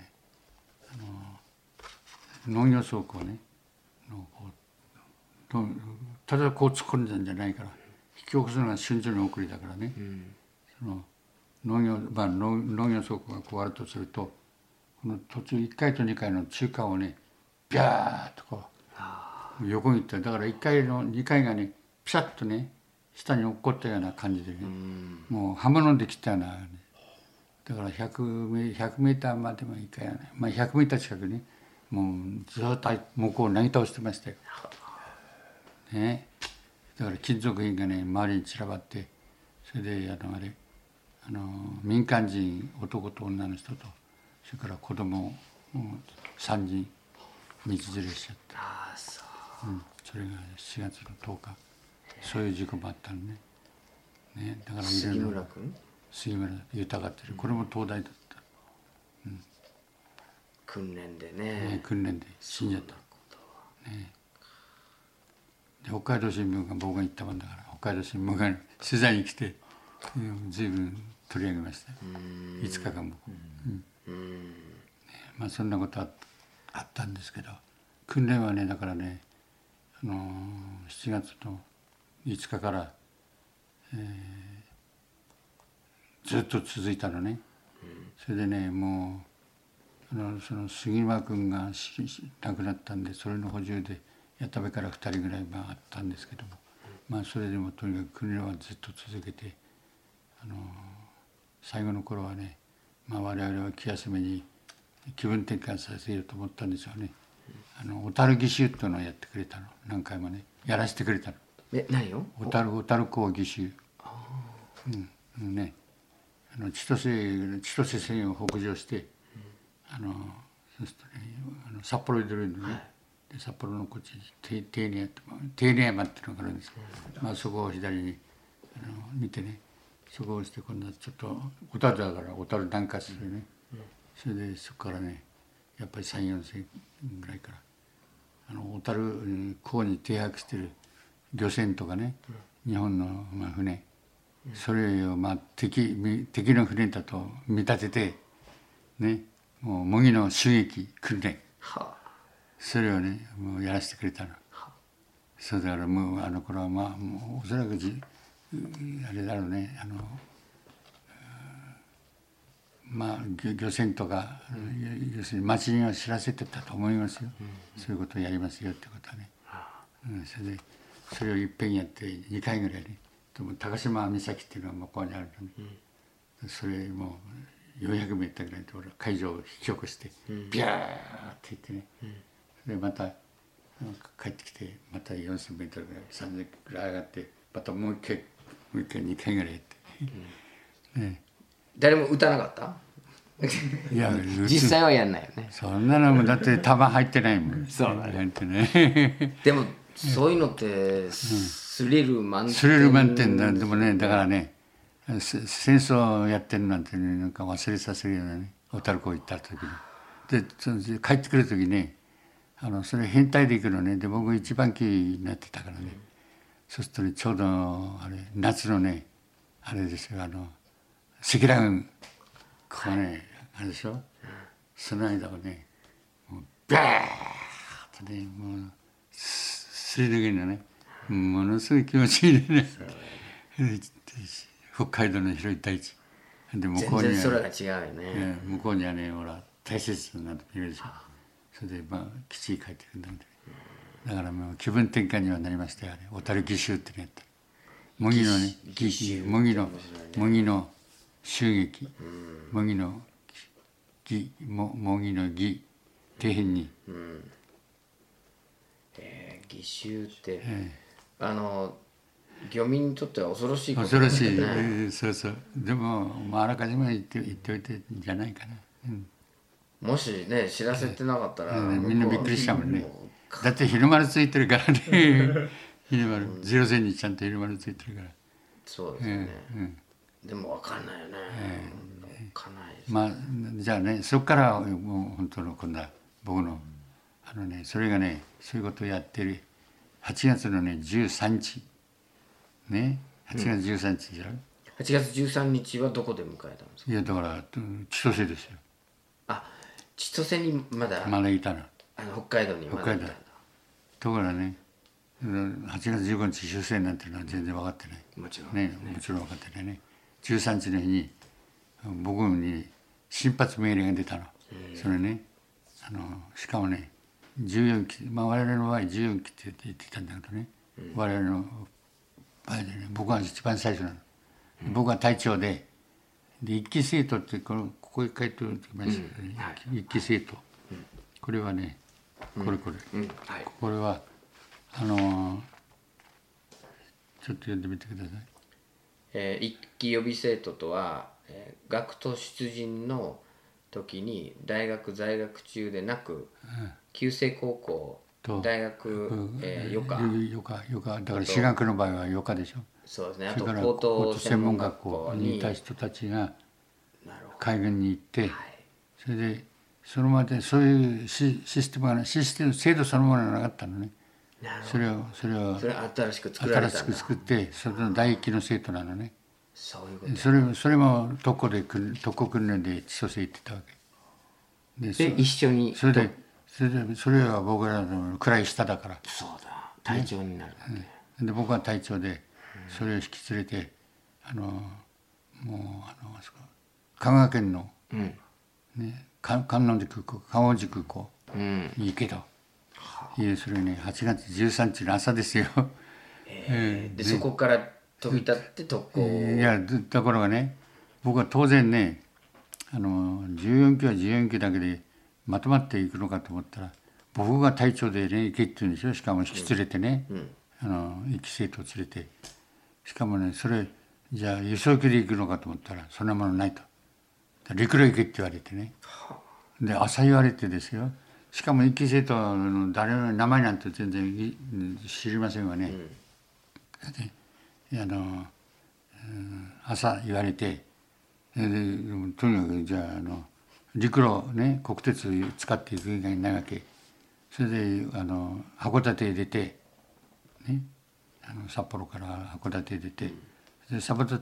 農業倉庫ねただこう突っ込んだんじゃないから、引き起こすのが瞬時の送りだからね、その農業倉庫が壊るとすると、この途中1階と2階の中間をねビャーッとこう横切って、だから1階の2階がねピシャッとね下に落っこったような感じでね、もう刃物で切ったような、ね、だから100メーターまでもいかない、まあ、100メーター近くねもうずっと向こうをなぎ倒してましたよ、ね、だから金属品がね周りに散らばって、それで民間人男と女の人とそれから子供3人道連れしちゃった。それが4月の10日そういう事故もあったのね。だから杉村君豊ってる、これも東大だった、 訓練でね訓練で死んじゃった、で北海道新聞が僕が行ったもんだから、北海道新聞が取材に来て随分取り上げました、5日間も、まあそんなことあったんですけど、訓練はねだからね7月の5日から、ずっと続いたのね。それでねもうその杉間君が亡くなったんで、それの補充で矢田部から2人ぐらいあったんですけども、まあそれでもとにかく訓練はずっと続けて、最後の頃はね、まあ、我々は気休めに気分転換させようと思ったんですよね。小樽義手っていうのをやってくれたの、何回もねやらせてくれたの。 何を？ 小樽港義手、ね、千歳線を北上して、そうするとね札幌に出るんでね、で札幌のこっちに手稲山っていうのがあるんですけど、まあ、そこを左に見てね、そこをして今度はちょっと小樽だから小樽南下するね、それでそこからねやっぱり3、4線ぐらいから小樽港に停泊してる漁船とかね、日本の船、それを敵の船だと見立ててね、もう模擬の襲撃訓練、それをねもうやらせてくれたの。そうだからもうあの頃はもうおそらくあれだろうね、漁船とか、要するに町には知らせてたと思いますよ、そういうことをやりますよってことはね、それをいっぺんやって2回ぐらいね、高島岬っていうのが向こうにあるのね、それもう400メートルぐらいで俺は海上を引き起こしてビャーっていってね、でまた帰ってきてまた4000メートルぐらい3000ぐらい上がってまたもう一回2回ぐらいやって、 誰も撃たなかった？ いや実際はやんないよね。 そんなのもだって弾入ってないもん。 そうだね。 でもそういうのってスリル満点。 スリル満点だ。でもねだからね戦争やってるなんてねなんか忘れさせるようなね、小樽港行った時にで帰ってくる時ねそれ変態で行くのね。で僕一番機になってたからね、そうするとねちょうど夏のねあれですよ積乱雲ここねあれでしょ、その間をねもうビャーッとねもうすり抜けるのね、ものすごい気持ちいいね。北海道の広い大地で向こうには全然空が違うよね。 向こうにはねほら大切なと見えるでしょ。それで基地に帰ってくるんだけど、だからもう気分転換にはなりましたよね。小樽義手ってのやった模擬のね模擬の襲撃、模擬の義底辺に、 義手って、漁民にとっては恐ろしいこと恐ろしい、そうそう。でもあらかじめ言っておいてんじゃないかな、 もしね知らせてなかったら、 みんなびっくりしたもんね。だって日の丸ついてるからね。日の丸ゼロ戦にちゃんと日の丸ついてるから。 そうですよね。 でも分かんないよね、分かんないです。 まあじゃあね、そこからもう本当の今度は僕のそれがね、そういうことをやってる8月のね13日ね、8月13日じゃん、 8月13日はどこで迎えたんですか？ いやだから千歳ですよ。 あ、千歳にまだいたの。 北海道にまだいたんだ。 ところがね、8月15日終戦なんていうのは全然分かってない。 もちろんね、もちろん分かってないね。13日の日に僕に進発命令が出たの。それね、しかもね14期、まあ我々の場合14期って言ってたんだけどね、我々の場合でね、僕が一番最初なの。僕は隊長で一期生徒ってここに書いておきましたけどね、一期生徒、これはね、これ、これはちょっと読んでみてください。一期予備生徒とは、学徒出陣の時に大学在学中でなく、旧制高校大学、余暇だから私学の場合は余暇でしょ。 そうですね。あそれからと高等専門学校にいた人たちが海軍に行って、それでそのまでそういうシステム制度そのものがなかったのね。それを新しく作られたんだ。 新しく作って、それの第一期の生徒なのね。 そういうこと。 それも特攻訓練で千歳行ってたわけで一緒にそれは僕らの位下だから。 そうだ、隊長になるわけ、 で僕は隊長でそれを引き連れて香川県の、観音寺空港、観音寺空港に行けと、それね8月13日の朝ですよ。 でそこから飛び立って特攻。 いやところがね、僕は当然ね14期は14期だけでまとまっていくのかと思ったら、僕が隊長でね行けって言うんでしょ。しかも引き連れてね、一期生徒を連れて、しかもねそれじゃあ輸送機で行くのかと思ったらそんなものないと。陸路行けって言われてね、で朝言われてですよ。しかも一期生徒の誰の名前なんて全然知りませんわね。で朝言われて、とにかくじゃあ陸路ね、国鉄使っていく以外ないわけ。それで函館へ出て、ね、札幌から函館へ出て、で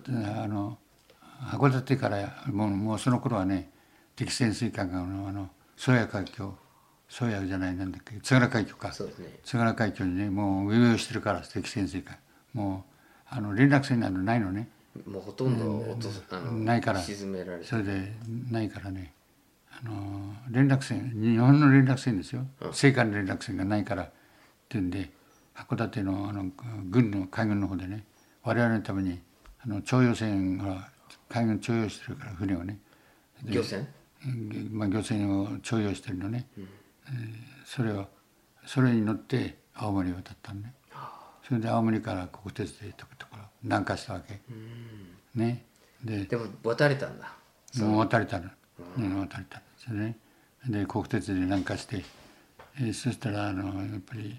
函館からもうその頃はね、敵潜水艦が宗谷海峡、宗谷じゃないなんだっけ、津軽海峡か、 そうですね、 津軽海峡にねもう運用してるから、敵潜水艦もう連絡船などないのね。 もうほとんどないから、 沈められて、 それでないからね、連絡船、日本の連絡船ですよ、青函連絡船がないからっていうんで、函館の海軍の方でね、我々のために徴用船が海軍徴用してるから船をね、 漁船、 漁船を徴用してるのね、それに乗って青森を渡ったのね。それで青森から国鉄でとこ南下したわけ、ね。 でも渡れたんだ。 もう渡れたの、渡れたんですよね。で国鉄で南下して、そしたらやっぱり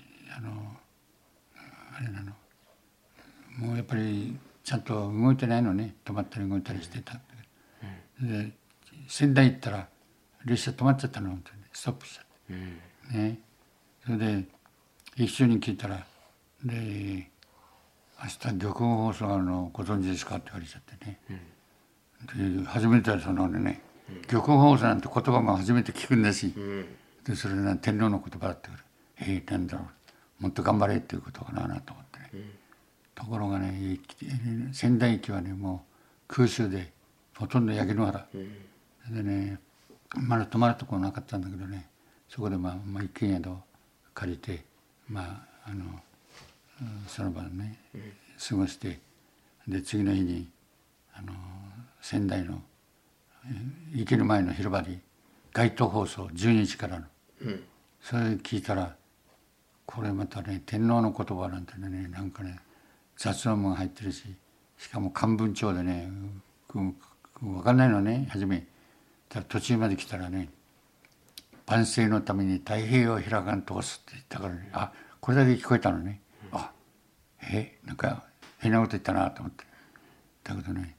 あれなの、もうやっぱりちゃんと動いてないのね、止まったり動いたりしてたんだけど、で仙台行ったら列車止まっちゃったの、本当にストップしちゃって、ね。それで一緒に聞いたら、で明日玉音放送ご存知ですかって言われちゃってね、で初めてそのね、玉音放送なんて言葉も初めて聞くんだし、でそれが天皇の言葉だってから、なんだろう、もっと頑張れっていうことかなと思ってね、ところがね、仙台駅はねもう空襲でほとんど焼け野原、でねまだ泊まるところなかったんだけどね、そこで一軒宿を借りてその晩ね過ごして、で次の日に仙台の池の前の広場に街頭放送12時からの、それ聞いたら、これまたね天皇の言葉なんてね、なんかね雑音も入ってるし、しかも漢文帳でね分かんないのね初め。途中まで来たらね、万世のために太平洋を開かんと押すって言ったからね、これだけ聞こえたのね、なんか変なこと言ったなと思って。だけどね、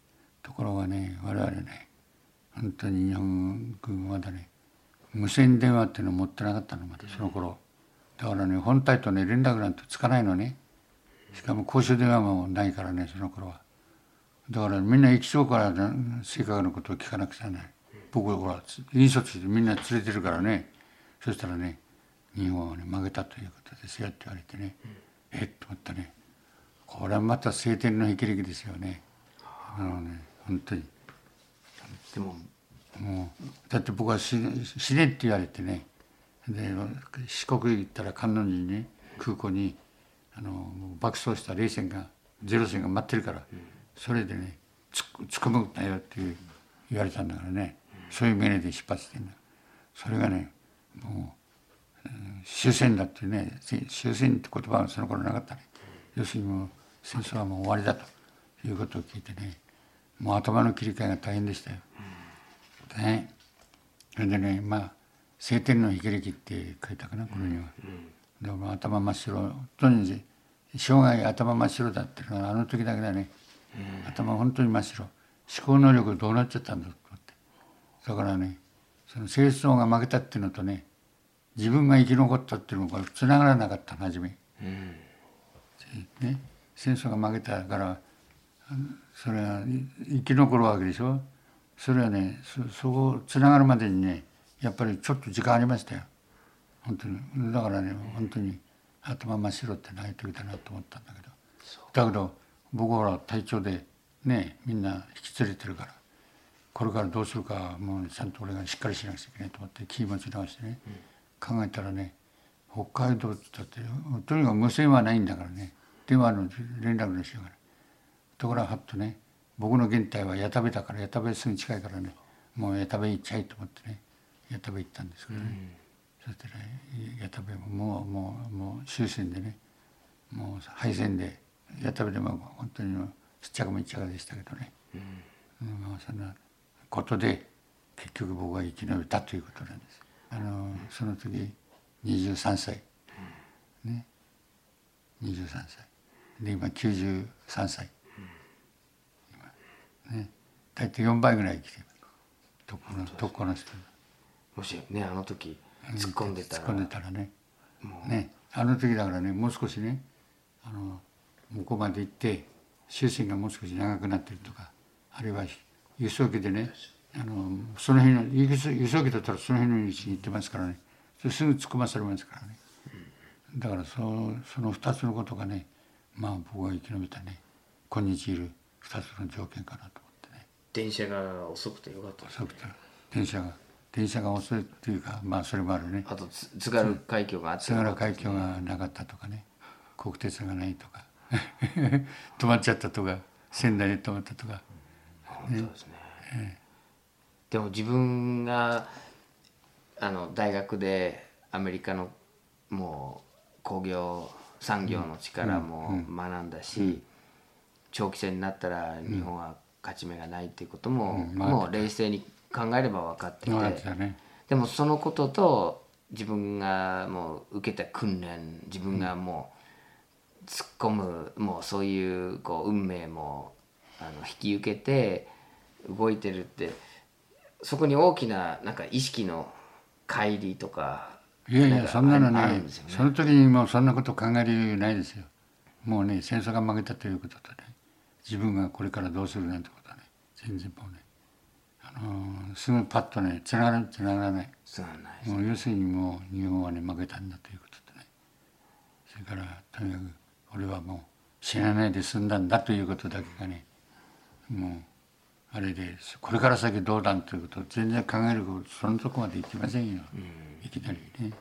ところがね、我々ね、本当に日本軍はまだね、無線電話っていうのを持ってなかったの、まだその頃。だからね、本隊とね、連絡なんてつかないのね。しかも公衆電話もないからね、その頃は。だからみんな駅長から正確なことを聞かなくちゃない。僕ほら、引率してみんな連れてるからね。そしたらね、日本はね、負けたということですよって言われてね、と思ったね。これはまた晴天の霹靂ですよね。本当に。 でももうだって僕は死ねって言われてね、で四国行ったら観音寺にね、空港に爆走した0戦が待ってるから、それでね突っ込むなよって言われたんだからね、そういう命令で出発してんだ。それがねもう、終戦だってね、終戦って言葉はその頃なかったね。要するにもう戦争はもう終わりだということを聞いてね、もう頭の切り替えが大変でしたよ。ね、それでね、まあ晴天の霹靂って書いたかな、これには。でも頭真っ白、とにかく生涯頭真っ白だっていうのはあの時だけだね。頭本当に真っ白。思考能力どうなっちゃったんだと思って。だからね、その戦争が負けたっていうのとね、自分が生き残ったっていうのがつながらなかったの、初め。ね、戦争が負けたからそれは生き残るわけでしょ。それはね、そこつながるまでにね、やっぱりちょっと時間ありましたよ、本当に。だからね、本当に頭真っ白ってない時だなと思ったんだけど、だけど僕は隊長でね、みんな引き連れてるから、これからどうするかもうちゃんと俺がしっかりしなくちゃいけないと思って気持ち直してね、考えたらね、北海道って言ったってとにかく無線はないんだからね、電話の連絡のしようがない。ところがはっとね、僕の現隊は矢田部だから、矢田部すぐ近いからね、もう矢田部行っちゃいと思ってね、矢田部行ったんですけどね、そしてね、矢田部ももう終戦でね、もう敗戦で、矢田部でも本当にしっちゃかめっちゃかでしたけどね、まあそんなことで結局僕は生き延びたということなんです。その時23歳ね、23歳で今93歳、ね、大体4倍ぐらい生きてる、特攻の人。 もしね、あの時突っ込んでたらね、あの時だからね、もう少しね、向こうまで行って終戦がもう少し長くなってるとか、あるいは輸送機でね、その辺の輸送機だったらその辺の道に行ってますからね、それすぐ突っ込まされますからね。だからその2つのことがね、まあ僕が生き延びたね、今日いる2つの条件かなと思ってね。 電車が遅くてよかったですね。遅くて電車が遅いっていうか、まあそれもあるね。 あと津軽海峡があって、 津軽海峡がなかったとかね、国鉄がないとか止まっちゃったとか、仙台で止まったとか、 そうですね。でも自分が大学でアメリカのもう工業産業の力も学んだし、長期戦になったら日本は勝ち目がないっていうことも、もう冷静に考えれば分かってて、でもそのことと自分がもう受けた訓練、自分がもう突っ込む、もうそういう運命も引き受けて動いてるって、そこに大きななんか意識の乖離とか。 いやいや、そんなのね、その時にもうそんなこと考える余裕ないですよ。もうね、戦争が負けたということとね、自分がこれからどうするなんてことはね、全然もうね、すぐパッとね、つながらない。もう要するにもう日本はね、負けたんだということでね、それからとにかく俺はもう死なないで済んだんだということだけがね、もうあれで、これから先どうだということを全然考えること、そのとこまでいきませんよ、いきなりね。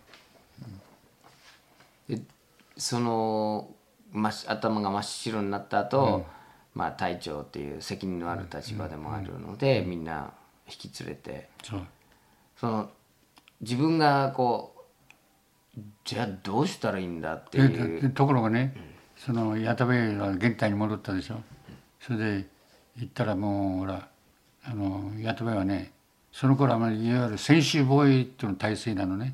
でその頭が真っ白になった後、まあ隊長っていう責任のある立場でもあるので、みんな引き連れて、その自分がじゃあどうしたらいいんだっていう。 ところがね、その矢田部は現隊に戻ったでしょ。それで行ったらもうほら矢田部はね、その頃はいわゆる専守防衛っていうの体制なのね。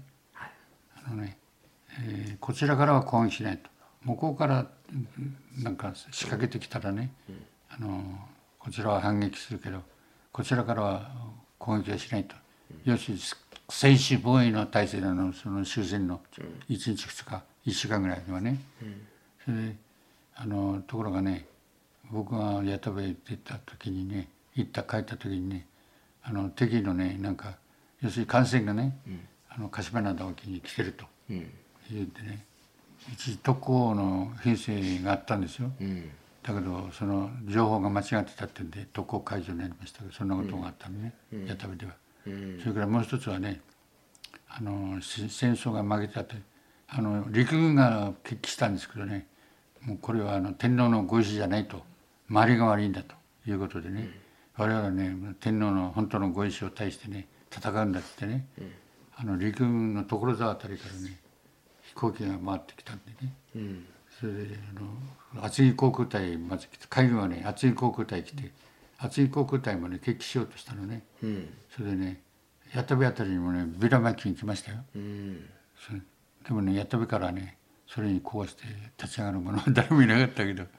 こちらからは攻撃しないと、向こうからなんか仕掛けてきたらね、 こちらは反撃するけどこちらからは攻撃はしないと、要するに専守防衛の体制なの、その終戦の1日2日1週間ぐらいにはね、それでところがね、僕が谷田部へ出た時にね、帰った時にね、敵のね、なんか要するに艦船がね、鹿島灘沖に来てると言ってね、一時特攻の編成があったんですよ、だけどその情報が間違ってたってんで特攻解除になりましたけど、そんなことがあったのね、谷田部では。それからもう一つはね、戦争が負けたって陸軍が決起したんですけどね、もうこれは天皇のご意思じゃないと、周りが悪いんだということでね、我々はね天皇の本当のご意思を対してね戦うんだってね、陸軍の所沢あたりからね飛行機が回ってきたんでね、それで厚木航空隊まず来て、海軍はね厚木航空隊来て、厚木航空隊もね決起しようとしたのね、それでね谷田部あたりにもねビラ巻きに来ましたよ、でもね谷田部からねそれにこうして立ち上がる者は誰もいなかったけど、ね、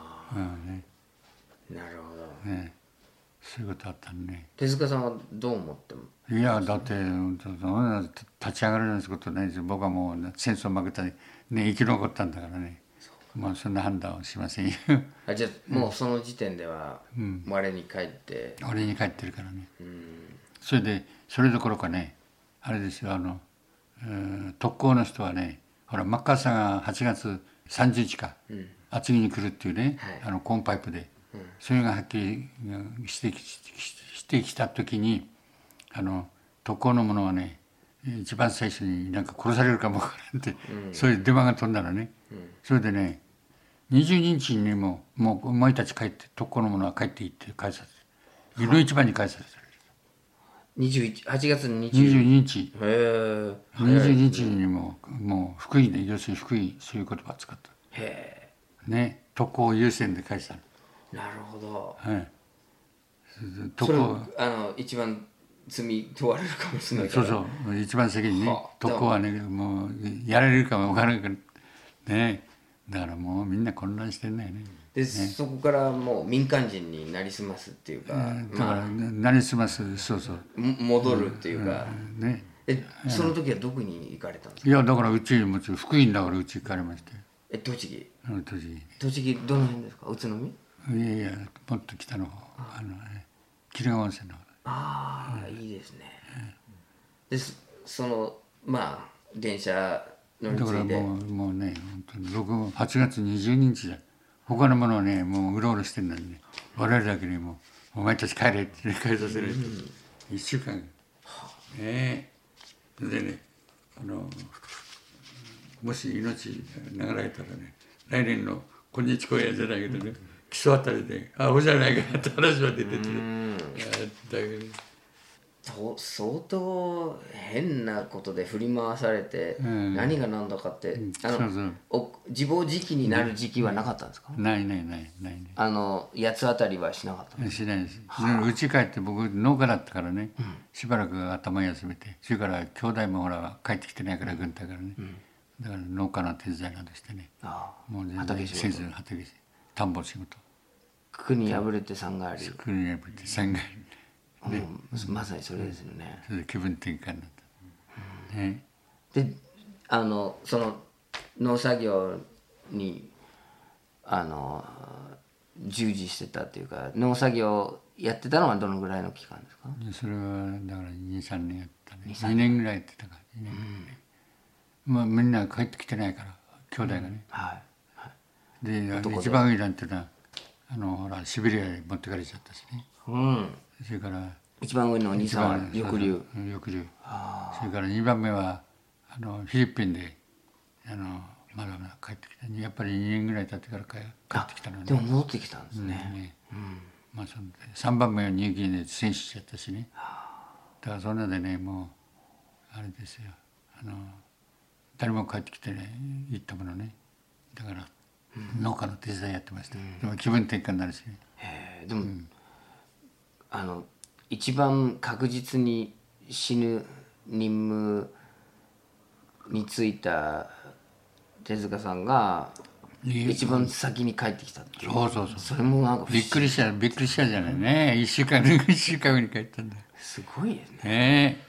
なるほど、 ね、そういうことあったね。 手塚さんはどう思っても？ いやだって立ち上がるようなことないですよ。僕はもう戦争負けたり、ね、生き残ったんだからね、もうそんな判断はしませんよ。 じゃあもうその時点では我に帰って、 俺に帰ってるからね、それでそれどころかね、あれですよ、特攻の人はね、ほらマッカーサーが8月30日か、厚木に来るっていうね、コーンパイプで、それがはっきりしてきた時に特攻の者はね一番最初になんか殺されるかもわからんって、そういう電話が飛んだらね、それでね22日にもうお前たち帰って、特攻の者は帰っていって返させる、いの一番に返させる。 8月 22日22日にもう福井で、要するに福井、そういう言葉を使った。 へえね、特攻優先で返したの。 なるほど、 それ一番罪問われるかもしれないから、そう一番先にね、特攻はねもうやられるかも分からないからね、だからもうみんな混乱してんだよね。 で、そこからもう民間人になりすますっていうか、 だからなりすます、そう戻るっていうか、 ね。 その時はどこに行かれたんですか？ いやだからうちも福井だからうち行かれまして。 栃木栃木どの辺ですか？宇都宮？ いやもっと北の方、鬼怒川温泉の方。 ああ、いいですね。でまあ電車乗り継いで、 だからもうね、本当に8月20日だ。他のものはねもううろうろしてるのにね、我々だけにもうお前たち帰れって帰させるって1週間ね。でねもし命流られたらね、来年の今日公演じゃないけどね、基礎あたりでアホじゃないかって話は出てて、だけど相当変なことで振り回されて、何が何だかって、自暴自棄になる時期はなかったんですか？ ない八つ当たりはしなかったんですか？ しないです。うち帰って僕農家だったからね、しばらく頭休めて、それから兄弟もほら帰ってきてないから軍隊からね、だから農家の手伝いなどしてね、もう全然せず畑田んぼ仕事、 国破れて三があり、 国破れて三がありで、まさにそれですよね。 それで気分転換になった、ね、 でその農作業に従事してたっていうか、農作業やってたのはどのぐらいの期間ですか？ それはだから 2,3 年やったね。2年ぐらいやってたから、ね、まあみんな帰ってきてないから兄弟がね、で一番上なんていうのはほらシベリアへ持ってかれちゃったしね、それから一番上のお兄さんは抑留、 それから2番目はフィリピンでまだ帰ってきた。やっぱり2年ぐらい経ってから帰ってきたので、 でも戻ってきたんですね。 まあ3番目はニューギニアで戦死しちゃったしね、だからそんなでね、もうあれですよ、誰も帰ってきてね行ったものね、だから農家の手伝いやってました。でも気分転換になるしね。 でも、一番確実に死ぬ任務に就いた手塚さんが一番先に帰ってきたっていう。 そう。 それもなんかびっくりしたじゃないね。1週間後に帰ったんだ。 すごいですね。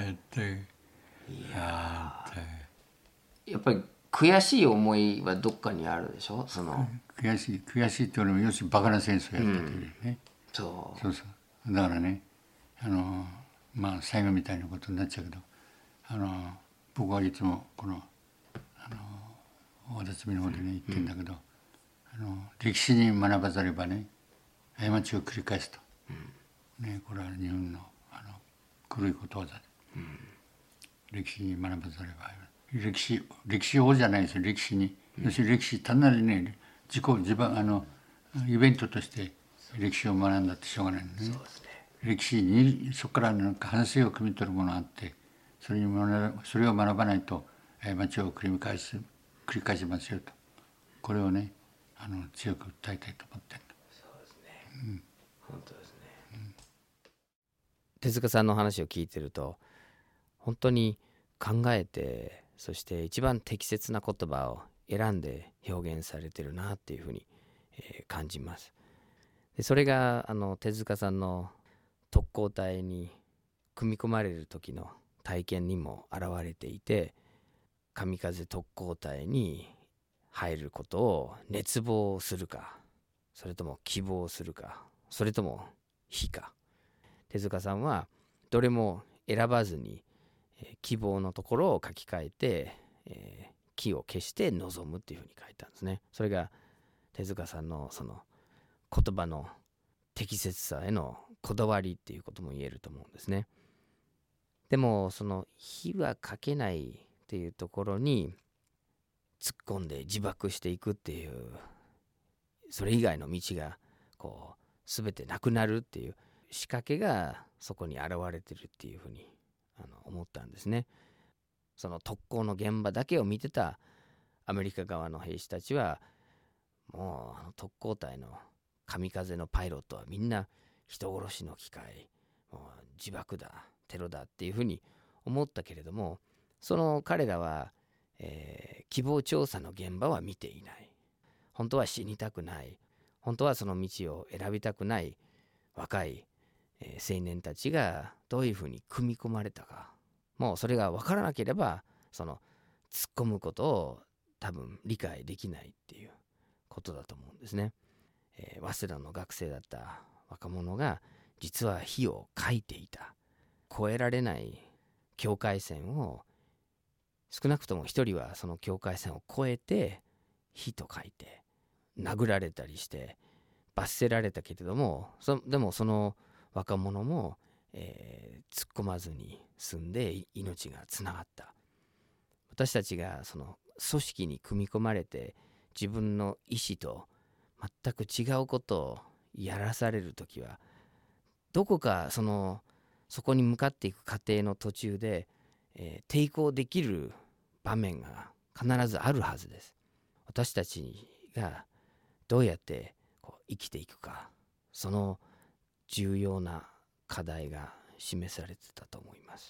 やっぱり悔しい思いはどっかにあるでしょ。その悔しいって俺も要するにバカな戦争やった時にね、そうだからね、最後みたいなことになっちゃうけど、僕はいつもこの大辰巳の方でね言ってんだけど、歴史に学ばざればね過ちを繰り返すと、ね、これは日本の古いことわざで、歴史に学ばざれば歴史王じゃないですよ。歴史に、要するに歴史単なるね自分イベントとして歴史を学んだってしょうがないのね。そうですね。歴史にそこからなんか反省を汲み取るものがあって、それを学ばないと過ちを繰り返しますよと、これをね強く訴えたいと思ってる。 そうですね。本当ですね。手塚さんの話を聞いてると本当に考えて、そして一番適切な言葉を選んで表現されてるなっていうふうに感じます。でそれが手塚さんの特攻隊に組み込まれる時の体験にも現れていて、神風特攻隊に入ることを熱望するか、それとも希望するか、それとも非か。手塚さんはどれも選ばずに希望のところを書き換えて、気を消して臨むっていうふうに書いたんですね。それが手塚さんのその言葉の適切さへのこだわりっていうことも言えると思うんですね。でもその非は書けないっていうところに突っ込んで自爆していくっていう、それ以外の道がこう全てなくなるっていう仕掛けがそこに現れてるっていうふうに思ったんですね。その特攻の現場だけを見てたアメリカ側の兵士たちは、もう特攻隊の神風のパイロットはみんな人殺しの機械、もう自爆だ、テロだっていうふうに思ったけれども、その彼らは、希望調査の現場は見ていない。本当は死にたくない、本当はその道を選びたくない若い、青年たちがどういうふうに組み込まれたか、もうそれが分からなければその突っ込むことを多分理解できないっていうことだと思うんですね。早稲田の学生だった若者が実は非を書いていた。越えられない境界線を、少なくとも一人はその境界線を越えて非と書いて、殴られたりして罰せられたけれども、でもその若者も、突っ込まずに済んで命がつながった。私たちがその組織に組み込まれて自分の意思と全く違うことをやらされるときは、どこかそこに向かっていく過程の途中で、抵抗できる場面が必ずあるはずです。私たちがどうやって生きていくか、その重要な課題が示されてたと思います。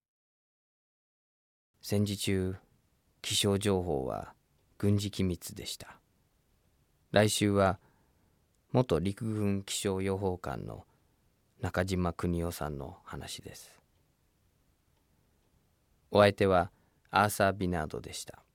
戦時中、気象情報は軍事機密でした。来週は元陸軍気象予報官の中島邦夫さんの話です。お相手はアーサー・ビナードでした。